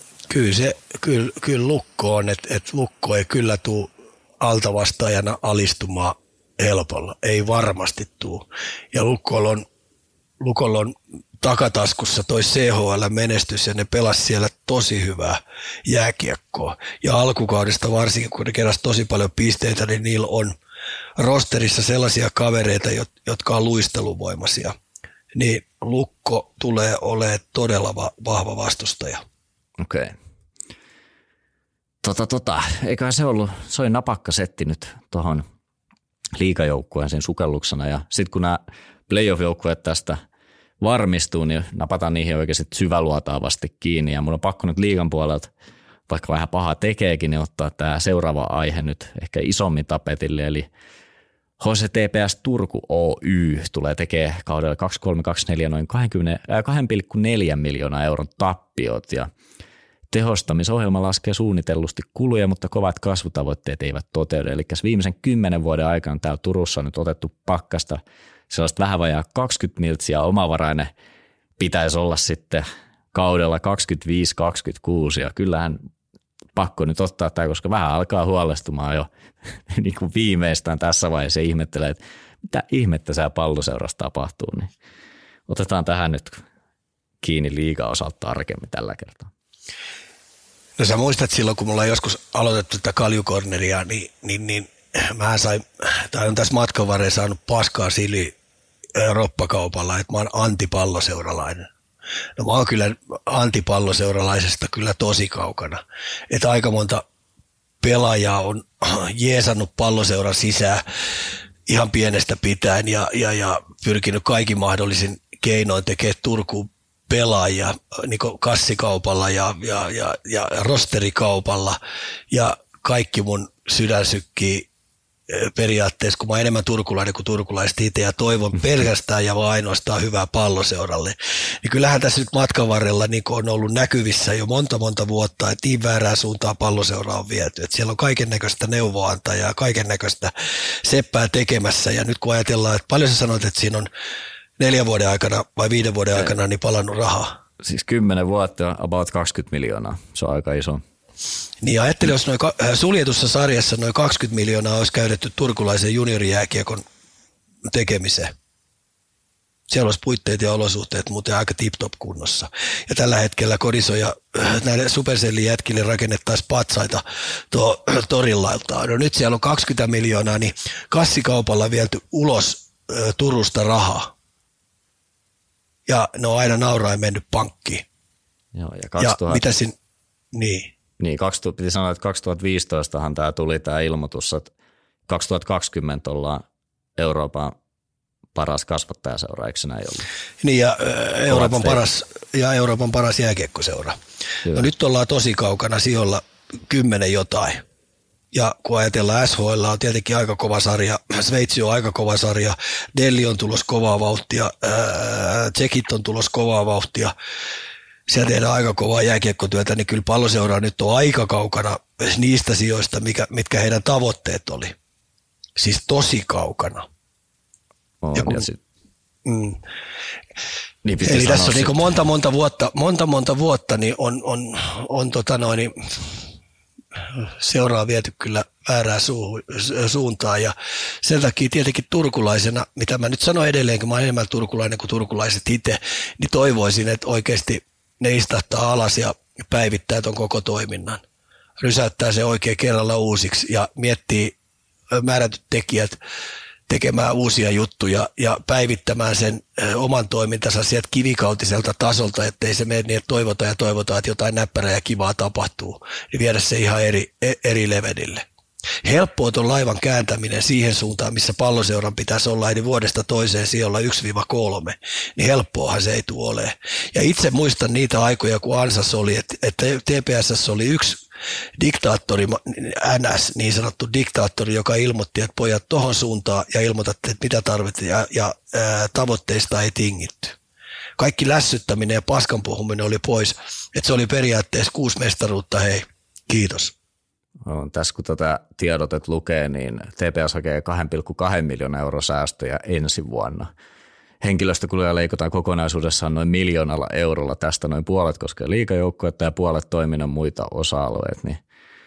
Kyllä Lukko on, että Lukko ei kyllä tule altavastaajana alistumaan helpolla. Ei varmasti tule. Ja Lukolla on takataskussa toi CHL-menestys ja ne pelasi siellä tosi hyvää jääkiekkoa. Ja alkukaudesta varsinkin, kun ne keräsi tosi paljon pisteitä, niin niillä on rosterissa sellaisia kavereita, jotka on luisteluvoimaisia. Niin Lukko tulee olemaan todella vahva vastustaja.
Okei. Eiköhän se oli napakka setti nyt tuohon liigajoukkueen sen sukelluksena. Ja sitten kun nämä playoff-joukkueet tästä varmistuu, niin napataan niihin oikeasti syväluotaavasti kiinni. Ja mun on pakko nyt liigan puolelta, vaikka vähän paha tekeekin, niin ottaa tämä seuraava aihe nyt ehkä isommin tapetille. Eli HCTPS Turku Oy tulee tekemään kaudella 2324 noin 2,4 miljoonaa euron tappiot ja tehostamisohjelma laskee suunnitellusti kuluja, mutta kovat kasvutavoitteet eivät toteudu. Eli viimeisen 10 vuoden aikana täällä Turussa on nyt otettu pakkasta sellaista vähän vajaa 20 miltsiä omavarainen pitäisi olla sitten kaudella 25-26 ja kyllähän pakko nyt ottaa tämä, koska vähän alkaa huolestumaan jo niin kuin viimeistään tässä vaiheessa ja ihmettelee, että mitä ihmettä siellä Palloseurassa tapahtuu, niin otetaan tähän nyt kiinni liigan osalta tarkemmin tällä kertaa.
No sä muistat silloin, kun mulla on joskus aloitettu tätä kaljukorneria, niin mä on tässä matkan varrella saanut paskaa sili roppakaupalla, että mä oon antipalloseuralainen. No mä oon kyllä antipalloseuralaisesta kyllä tosi kaukana. Että aika monta pelaajaa on jeesannut palloseuran sisään ihan pienestä pitäen ja pyrkinyt kaikin mahdollisin keinoin tekemään Turkuun pelaajia niin kuin kassikaupalla ja rosterikaupalla ja kaikki mun sydän sykkii periaatteessa, kun mä oon enemmän turkulainen kuin turkulaiset itse ja toivon pelkästään ja vaan ainoastaan hyvää palloseuralle. Niin kyllähän tässä nyt matkan varrella niin on ollut näkyvissä jo monta vuotta, että niin väärään suuntaan palloseuraa on viety. Että siellä on kaiken näköistä neuvoantajaa, kaiken näköistä seppää tekemässä ja nyt kun ajatellaan, että paljon sä sanoit, että siinä on 4 vuoden aikana vai 5 vuoden aikana niin palannut rahaa.
Siis 10 vuotta about 20 miljoonaa, se on aika iso.
Niin ajattelin, jos suljetussa sarjassa noin 20 miljoonaa olisi käytetty turkulaisen juniorijääkiekon tekemiseen. Siellä olisi puitteet ja olosuhteet muuten aika tip-top kunnossa. Ja tällä hetkellä Kodiso ja näille Supercellin jätkille rakennettaisiin patsaita torillailtaan. No nyt siellä on 20 miljoonaa, niin kassikaupalla viety ulos Turusta rahaa. Ja ne on aina nauraen mennyt pankkiin.
Joo, ja 2000...
ja mitä sin... Niin.
Niin, piti sanoa, että 2015han tämä tuli tämä ilmoitus, että 2020 ollaan Euroopan paras kasvattajaseura, eikö se näin ollut?
Niin, ja Euroopan paras jääkiekkoseura. No nyt ollaan tosi kaukana sijoilla 10 jotain. Ja kun ajatellaan, SHL on tietenkin aika kova sarja, Sveitsi on aika kova sarja, Delhi on tulos kovaa vauhtia, Tsekit on tulos kovaa vauhtia, siellä tehdään aika kovaa jääkiekkotyötä, niin kyllä Palloseura nyt on aika kaukana niistä sijoista, mitkä heidän tavoitteet oli. Siis tosi kaukana.
On,
niin eli tässä on niin monta vuotta niin on seuraa viety kyllä väärään suuntaan ja sen takia tietenkin turkulaisena, mitä mä nyt sanon edelleen, kun mä oon enemmän turkulainen kuin turkulaiset itse, niin toivoisin, että oikeasti ne istahtaa alas ja päivittää ton koko toiminnan. Rysäyttää se oikein kerralla uusiksi ja miettii määrätyt tekijät tekemään uusia juttuja ja päivittämään sen oman toimintansa sieltä kivikautiselta tasolta, ettei se mene niin, että toivotaan, että jotain näppärää ja kivaa tapahtuu, niin viedä se ihan eri levelille. Helppoa tuon laivan kääntäminen siihen suuntaan, missä Palloseuran pitäisi olla, eli vuodesta toiseen sijoilla 1-3, niin helppoahan se ei tule olemaan. Ja itse muistan niitä aikoja, kun Ansas oli, että TPS:ssä oli yksi diktaattori, NS, niin sanottu diktaattori, joka ilmoitti, että pojat tohon suuntaan ja ilmoitatte, että mitä tarvitte ja tavoitteista ei tingitty. Kaikki lässyttäminen ja paskan puhuminen oli pois, että se oli periaatteessa 6 mestaruutta, hei, kiitos.
Tässä kun tätä tiedotet lukee, niin TPS hakee 2,2 miljoonaa euroa säästöjä ensi vuonna. Henkilöstökuluja leikataan kokonaisuudessaan noin 1 miljoonalla eurolla. Tästä noin puolet koskee liigajoukkuetta ja puolet toiminnan muita osa-alueet. Niin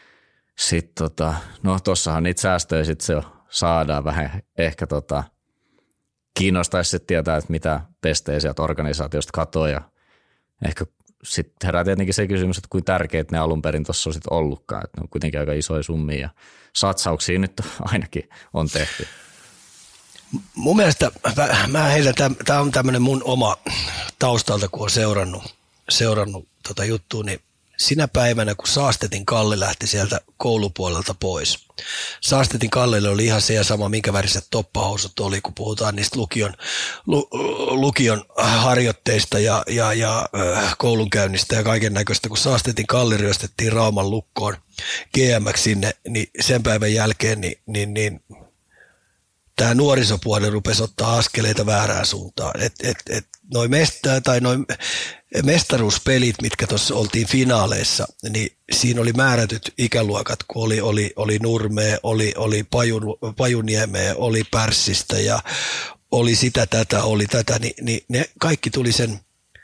no tossahan niitä säästöjä sitten se saadaan vähän ehkä kiinnostaisi sitten tietää, että mitä pestejä sieltä organisaatiosta katoaa ja ehkä sitten herää tietenkin se kysymys, että kuinka tärkeitä ne alun perin tuossa on sitten ollutkaan, että ne on kuitenkin aika isoja summia ja satsauksia nyt ainakin on tehty.
Mun mielestä tämä on tämmöinen mun oma taustalta, kun on seurannut juttua, niin sinä päivänä, kun Saastetin Kalle lähti sieltä koulupuolelta pois. Saastetin Kallelle oli ihan se ja sama, minkä väriset toppahousut oli, kun puhutaan niistä lukion harjoitteista ja koulunkäynnistä ja kaiken näköistä. Kun Saastetin Kalle ryöstettiin Rauman lukkoon GM:ksi sinne, niin sen päivän jälkeen niin tämä nuorisopuoli rupesi ottaa askeleita väärään suuntaan. Noi mestaruuspelit, mitkä tuossa oltiin finaaleissa, niin siinä oli määrätyt ikäluokat, kun oli Nurmea, oli Pajuniemeä, oli Pärssistä ja oli sitä, oli tätä, niin ne kaikki tuli sen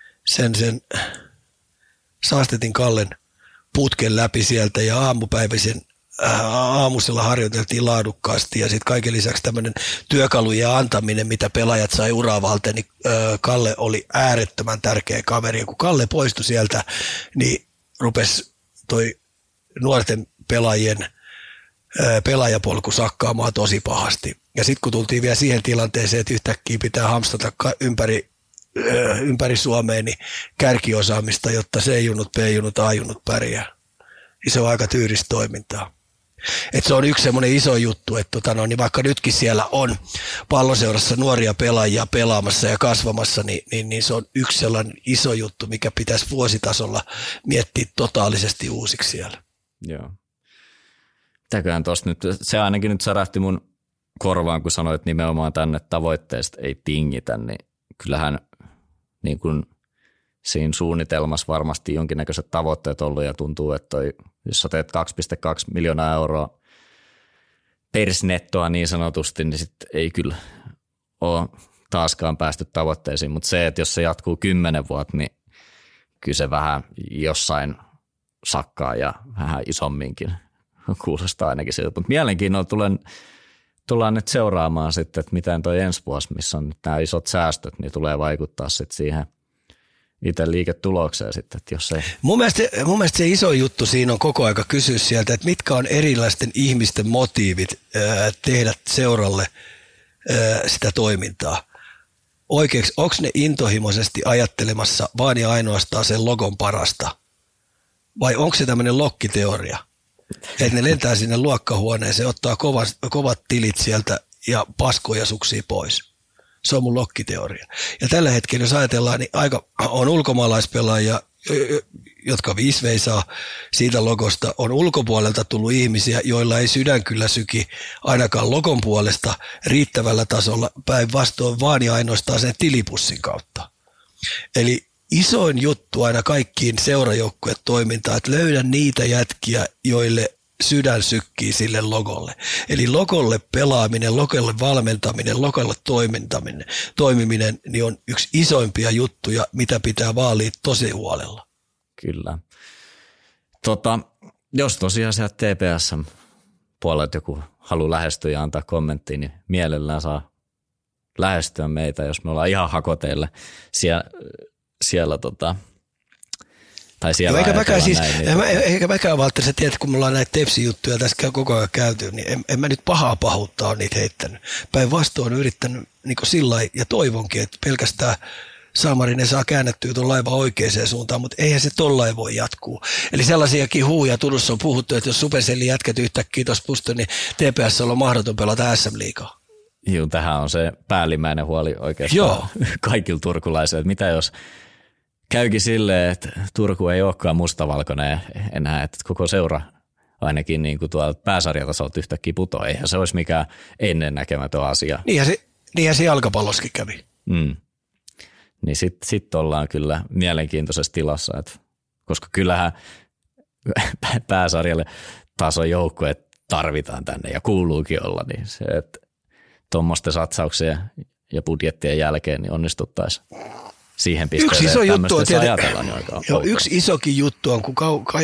Saastetin Kallen putken läpi sieltä ja aamusella harjoiteltiin laadukkaasti ja sitten kaiken lisäksi tämmöinen työkalujen antaminen, mitä pelaajat sai uraa valteen, niin Kalle oli äärettömän tärkeä kaveri. Ja kun Kalle poistui sieltä, niin rupesi toi nuorten pelaajien pelaajapolku sakkaamaan tosi pahasti. Ja sitten kun tultiin vielä siihen tilanteeseen, että yhtäkkiä pitää hamstata ympäri Suomea, niin kärkiosaamista, jotta C-junut, B-junut, A-junut pärjää. Niin se on aika tyyristä toimintaa. Et se on yksi semmoinen iso juttu, että niin vaikka nytkin siellä on Palloseurassa nuoria pelaajia pelaamassa ja kasvamassa, niin se on yksi sellainen iso juttu, mikä pitäisi vuositasolla miettiä totaalisesti uusiksi siellä.
Joo. Mitäköhän tuosta nyt, se ainakin nyt särähti mun korvaan, kun sanoit nimenomaan tänne tavoitteesta ei tingitä, niin kyllähän niin kuin siinä suunnitelmassa varmasti jonkinnäköiset tavoitteet ollut ja tuntuu, että jos sä teet 2,2 miljoonaa euroa persnettoa niin sanotusti, niin sitten ei kyllä ole taaskaan päästy tavoitteisiin, mutta se, että jos se jatkuu 10 vuotta, niin kyllä se vähän jossain sakkaa ja vähän isomminkin kuulostaa ainakin siltä, mutta mielenkiinnolla tullaan nyt seuraamaan sitten, että miten toi ensi vuosi, missä on nyt nämä isot säästöt, niin tulee vaikuttaa sitten siihen itse liiketulokseen sitten, että jos ei.
Mun mielestä se iso juttu siinä on koko aika kysyä sieltä, että mitkä on erilaisten ihmisten motiivit tehdä seuralle sitä toimintaa. Oikeaksi, onko ne intohimoisesti ajattelemassa vaan ja ainoastaan sen logon parasta? Vai onko se tämmöinen lokkiteoria? Että ne lentää sinne luokkahuoneeseen, ottaa kovat tilit sieltä ja paskoja suksia pois. Se on mun lokkiteoria. Ja tällä hetkellä, jos ajatellaan, niin aika on ulkomaalaispelaajia, jotka viisveisaa siitä logosta. On ulkopuolelta tullut ihmisiä, joilla ei sydän kyllä syki ainakaan logon puolesta riittävällä tasolla, päinvastoin vaan ja ainoastaan sen tilipussin kautta. Eli isoin juttu aina kaikkiin seurajoukkueen toimintaan, että löydä niitä jätkiä, joille sydän sykkii sille logolle. Eli logolle pelaaminen, logolle valmentaminen, logolle toimiminen niin on yksi isoimpia juttuja, mitä pitää vaalia tosi huolella.
Kyllä. Jos tosiaan sieltä TPS-puolelta joku haluaa lähestyä ja antaa kommenttia, niin mielellään saa lähestyä meitä, jos me ollaan ihan hakoteille siellä tai siellä
eikä mäkään Valtteri, sä tiedät, kun me ollaan näitä Tepsi-juttuja tässä koko ajan käyty, niin en mä nyt pahuutta ole niitä heittänyt. Päinvastoin yrittänyt niin sillä ja toivonkin, että pelkästään Salmarinen saa käännettyä tuon laivan oikeaan suuntaan, mutta eihän se tollain voi jatkuu. Eli sellaisiakin huuja Turussa on puhuttu, että jos Supercellin jätkät yhtäkkiä tuossa pusto, niin TPS on mahdoton pelata SM-liigaa.
Joo, tähän on se päällimmäinen huoli oikeastaan kaikilla turkulaisilla, että mitä jos käykin silleen, että Turku ei olekaan mustavalkoinen enää, että koko seura ainakin niin kuin tuolta pääsarjatasolta yhtäkkiä putoaa. Eihän se olisi mikään ennennäkemätön asia.
Niinhän se jalkapalloskin kävi.
Niin sit ollaan kyllä mielenkiintoisessa tilassa, että, koska kyllähän pääsarjalle tason joukkueet tarvitaan tänne ja kuuluukin olla, niin se, että tuommoisten satsauksien ja budjettien jälkeen niin onnistuttaisiin siihen pisteeseen,
yksi iso juttu on
ajatellaan niin aika
yksi isokin juttu on, kun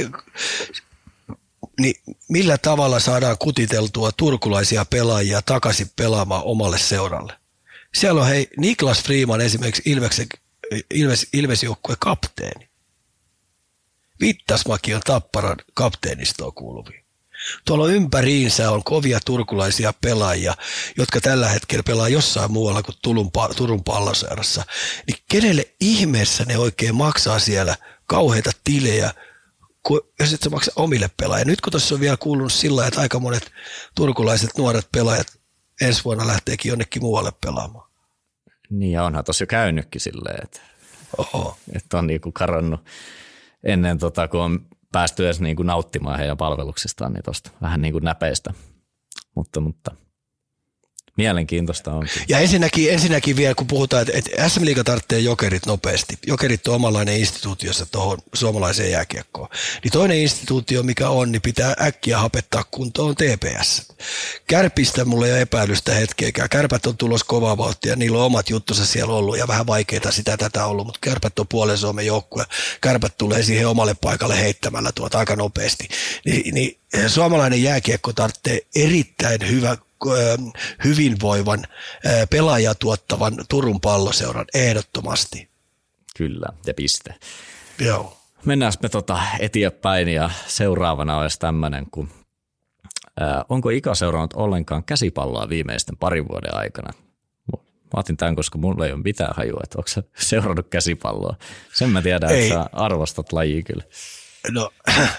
niin millä tavalla saadaan kutiteltua turkulaisia pelaajia takaisin pelaamaan omalle seuralle. Siellä on Niklas Freeman esimerkiksi Ilves-joukkueen kapteeni. Vittasmäki on Tapparan kapteenistoon kuuluvia. Tuolla ympäriinsä on kovia turkulaisia pelaajia, jotka tällä hetkellä pelaa jossain muualla kuin Turun Palloseurassa. Niin kenelle ihmeessä ne oikein maksaa siellä kauheita tilejä, jos et sä maksa omille pelaajille. Nyt kun tuossa on vielä kuulunut sillä, että aika monet turkulaiset nuoret pelaajat ensi vuonna lähteekin jonnekin muualle pelaamaan.
Niin ja onhan tuossa jo käynytkin silleen, että on niinku karannut ennen kun on päästy edes niinku nauttimaan heidän palveluksistaan, niin tuosta vähän niin kuin näpeistä, mutta mielenkiintoista on. Ja
ensinnäkin vielä, kun puhutaan, että SM-liiga tarvitsee Jokerit nopeasti. Jokerit on omanlainen instituutiossa tuohon suomalaiseen jääkiekkoon. Niin toinen instituutio, mikä on, niin pitää äkkiä hapettaa kuntoon TPS. Kärpistä mulla ei ole epäilystä hetkeäkään. Kärpät on tulossa kovaa vauhtia, niillä on omat juttunsa siellä ollut ja vähän vaikeita sitä tätä ollut, mutta Kärpät on puolen Suomen joukkue. Kärpät tulee siihen omalle paikalle heittämällä aika nopeasti. Niin suomalainen jääkiekko tarvitsee erittäin hyvinvoivan pelaajia tuottavan Turun Palloseuran ehdottomasti.
Kyllä, ja piste.
Joo.
Mennään me eteenpäin ja seuraavana olisi tämmöinen, kun onko Ika seurannut ollenkaan käsipalloa viimeisten parin vuoden aikana? Mä otin tämän, koska mulla ei ole mitään hajua, että onko sä seurannut käsipalloa. Sen mä tiedän, että sä arvostat lajia kyllä.
No,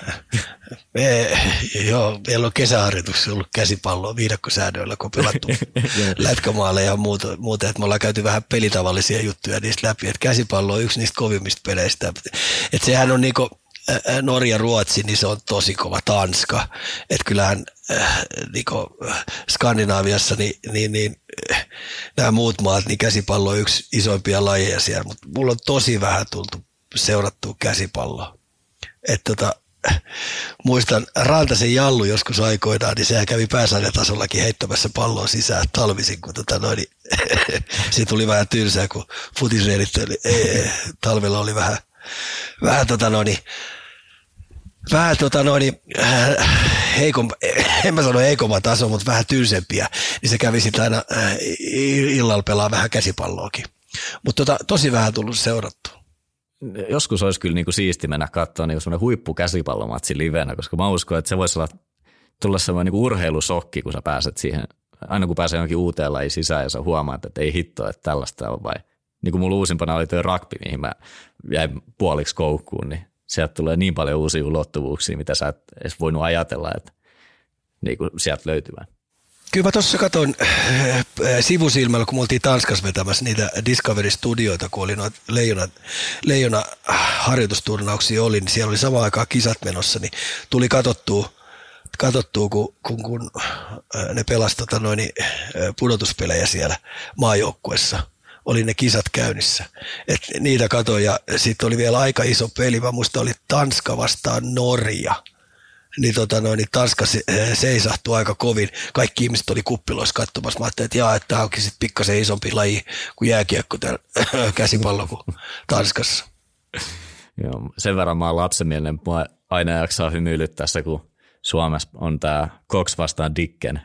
meillä on kesäharjoituksessa ollut käsipalloa viidakkosäännöillä, kun on pelattu lätkämaalle ja muuta, että me ollaan käyty vähän pelitavallisia juttuja niistä läpi, että käsipallo on yksi niistä kovimmista peleistä, että sehän on niinku Norja, Ruotsi, niin se on tosi kova Tanska, että kyllähän niinku Skandinaaviassa niin nämä muut maat, niin käsipallo on yksi isoimpia lajeja siellä, mutta mulla on tosi vähän tultu seurattua käsipalloa. Että muistan Rantasen Jallu joskus aikoinaan, niin sehän kävi pääsarjatasollakin heittämässä palloa sisään talvisin, kun se tuli vähän tylsää, kun futisreenit talvella oli vähän vähän en mä sano heikomman tason, mutta vähän tylsempiä, niin se kävi sitten aina illalla pelaa vähän käsipalloakin. Mutta tosi vähän tullut seurattua.
Joskus olisi kyllä niinku siisti mennä katsoa niinku semmoinen huippukäsipallomatsi livenä, koska mä uskon, että se voisi tulla semmoinen niinku urheilusokki, kun sä pääset siihen, aina kun pääsee jonkin uuteen lajiin sisään ja sä huomaat, että ei hittoa, että tällaista on vai. Niin kuin mulla uusimpana oli tuo rugby, mihin mä jäin puoliksi koukkuun, niin sieltä tulee niin paljon uusia ulottuvuuksia, mitä sä et edes voinut ajatella, että niin kuin sieltä löytyvän.
Kyllä mä tuossa katsoin sivusilmällä, kun me oltiin Tanskassa vetämässä niitä Discovery-studioita, kun oli noita leijona harjoitusturnauksia oli, niin siellä oli samaan aikaan kisat menossa, niin tuli katsottua, kun ne pelasivat pudotuspelejä siellä maajoukkuessa. Oli ne kisat käynnissä. Et niitä katsoin ja sitten oli vielä aika iso peli. Mä muistan, oli Tanska vastaan Norja. Niin, Tanska seisahtui aika kovin. Kaikki ihmiset oli kuppiloissa katsomassa. Mä ajattelin, että tämä onkin sitten pikkasen isompi laji kuin jääkiekko täällä käsipallo kuin Tanskassa.
Joo, sen verran mä oon lapsemielinen. Mua aina jaksaa hymyilyttää se, kun Suomessa on tämä Cox vastaan Dicken.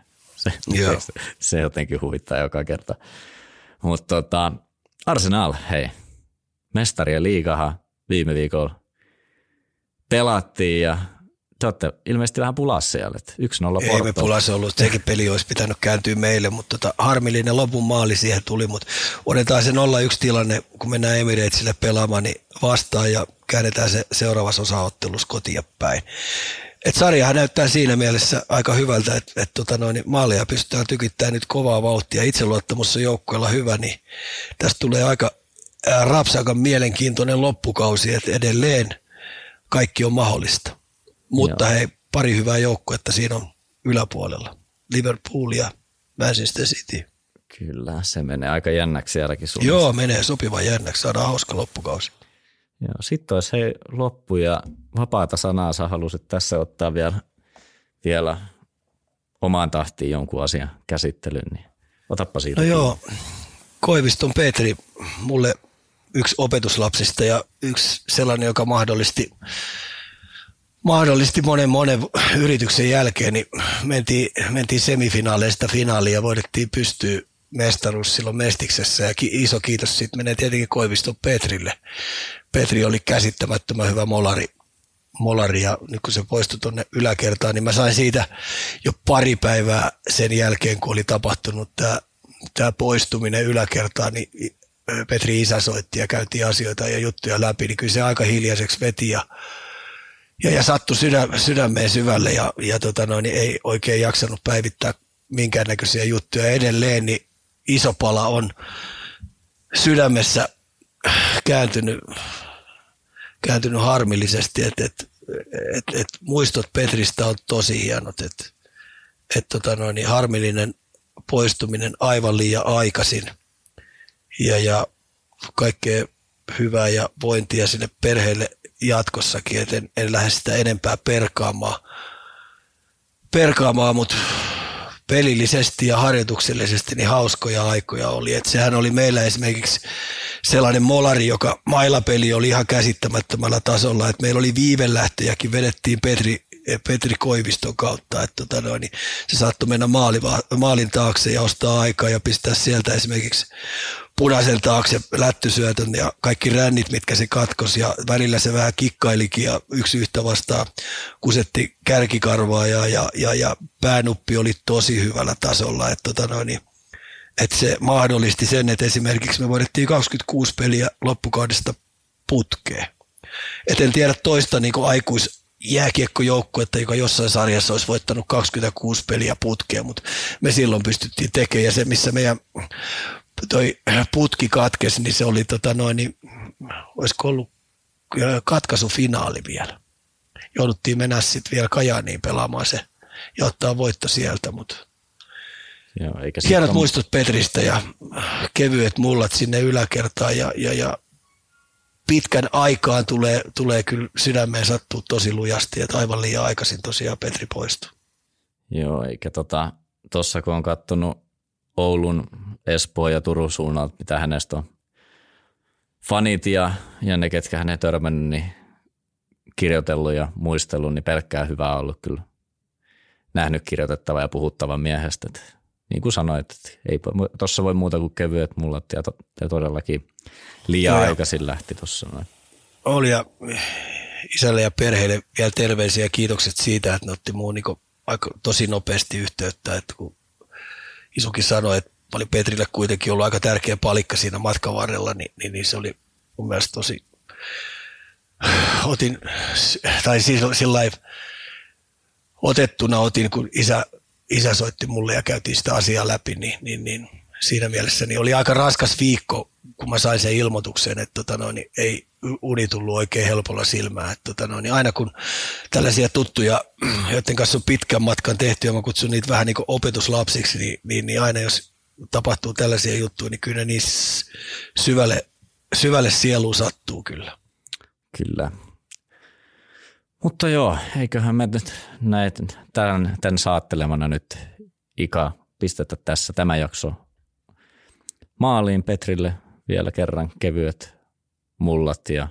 Se jotenkin huvittaa joka kerta. Mutta Arsenal, hei, mestarien liigahan viime viikolla pelattiin ja te olette ilmeisesti vähän pulassa siellä, että 1-0 Porto.
Ei me pulassa ollut, sekin peli olisi pitänyt kääntyä meille, mutta harmillinen lopun maali siihen tuli, mutta otetaan se 0-1 tilanne, kun mennään Emiratesille pelaamaan, niin vastaan ja käännetään se seuraavassa osaottelussa kotiin päin. Et sarjahan näyttää siinä mielessä aika hyvältä, että maaleja pystytään tykittämään nyt kovaa vauhtia. Itseluottamus on joukkueella hyvä, niin tästä tulee aika rapsakan mielenkiintoinen loppukausi, että edelleen kaikki on mahdollista. Mutta hei, pari hyvää joukkuetta siinä on yläpuolella. Liverpool ja Manchester City.
Kyllä, se menee aika jännäksi sielläkin suunnassa.
Joo, menee sopivan jännäksi. Saadaan hauska loppukausi.
Joo, sitten olisi hei loppu ja vapaata sanaa sä halusit tässä ottaa vielä omaan tahtiin jonkun asian käsittelyyn, niin otappa siitä.
No joo, Koiviston Petri, mulle yksi opetuslapsista ja yksi sellainen, joka mahdollisti monen yrityksen jälkeen, niin mentiin semifinaaleista finaaliin ja voidettiin pystyä mestaruus silloin Mestiksessä ja iso kiitos siitä menee tietenkin Koiviston Petrille. Petri oli käsittämättömän hyvä molari ja nyt kun se poistui tuonne yläkertaan, niin mä sain siitä jo pari päivää sen jälkeen, kun oli tapahtunut tämä poistuminen yläkertaan, niin Petri isä soitti ja käytiin asioita ja juttuja läpi, niin kyllä se aika hiljaiseksi veti ja sattui sydämeen syvälle ja niin ei oikein jaksanut päivittää minkäännäköisiä juttuja. Edelleen niin iso pala on sydämessä kääntynyt harmillisesti, että muistot Petristä on tosi hienot, että harmillinen poistuminen aivan liian aikaisin ja kaikkea hyvää ja vointia sinne perheelle jatkossakin, että en lähde sitä enempää perkaamaan, mutta pelillisesti ja harjoituksellisesti niin hauskoja aikoja oli. Että sehän oli meillä esimerkiksi sellainen molari, joka mailapeli oli ihan käsittämättömällä tasolla, että meillä oli viivelähtöjäkin, vedettiin Petri Koiviston kautta, että niin se saattoi mennä maalin taakse ja ostaa aikaa ja pistää sieltä esimerkiksi punaisen taakse lättysyötön ja kaikki rännit, mitkä se katkosi ja välillä se vähän kikkailikin ja yksi yhtä vastaan kusetti kärkikarvaa ja päänuppi oli tosi hyvällä tasolla, että että se mahdollisti sen, että esimerkiksi me voidettiin 26 peliä loppukaudesta putkeen. Et en tiedä toista niin jääkiekkojoukkuetta, joka jossain sarjassa olisi voittanut 26 peliä putkeen, mutta me silloin pystyttiin tekemään ja se, missä meidän toi putki katkesi, niin se oli olisiko ollut katkaisufinaali vielä. Jouduttiin mennä sitten vielä Kajaaniin pelaamaan se ja ottaa voitto sieltä, mutta
joo,
hienot muistot Petristä ja kevyet mullat sinne yläkertaan ja pitkän aikaan tulee kyllä sydämeen sattuu tosi lujasti, että aivan liian aikaisin tosiaan Petri poistui.
Joo, eikä tuossa kun on katsonut Oulun, Espoon ja Turun suunnalta, mitä hänestä on fanit ja ne, ketkä hänen törmännyt, niin kirjoitellut ja muistellut, niin pelkkää hyvää ollut kyllä nähnyt kirjoitettavan ja puhuttavan miehestä. Et niin kuin sanoit, että ei tuossa voi muuta kuin kevyet mullat ja todellakin liian aikaisin lähti tuossa.
Oli ja isälle ja perheelle vielä terveisiä ja kiitokset siitä, että ne otti muun niin aika tosi nopeasti yhteyttä, että kun Isukin sanoi, että mä olin Petrille kuitenkin ollut aika tärkeä palikka siinä matkan varrella, niin se oli mun mielestä tosi, otettuna otin, kun isä soitti mulle ja käytiin sitä asiaa läpi, niin siinä mielessä niin oli aika raskas viikko, kun mä sain sen ilmoituksen, että ei uni tullut oikein helpolla silmään. Että aina kun tällaisia tuttuja, joiden kanssa on pitkän matkan tehty, ja mä kutsun niitä vähän niin kuin opetuslapsiksi, niin aina jos tapahtuu tällaisia juttuja, niin kyllä niin syvälle sieluun sattuu kyllä.
Kyllä. Mutta joo, eiköhän me nyt tämän saattelemana nyt Ika pistetä tässä tämä jakso maaliin. Petrille vielä kerran kevyet mullat ja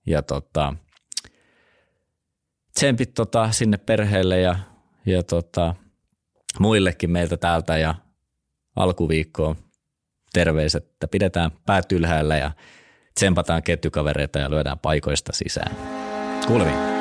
tsempit sinne perheelle ja muillekin meiltä täältä ja alkuviikkoon terveiset, että pidetään päät ylhäällä ja tsempataan ketjukavereita ja lyödään paikoista sisään. Kuulemiin.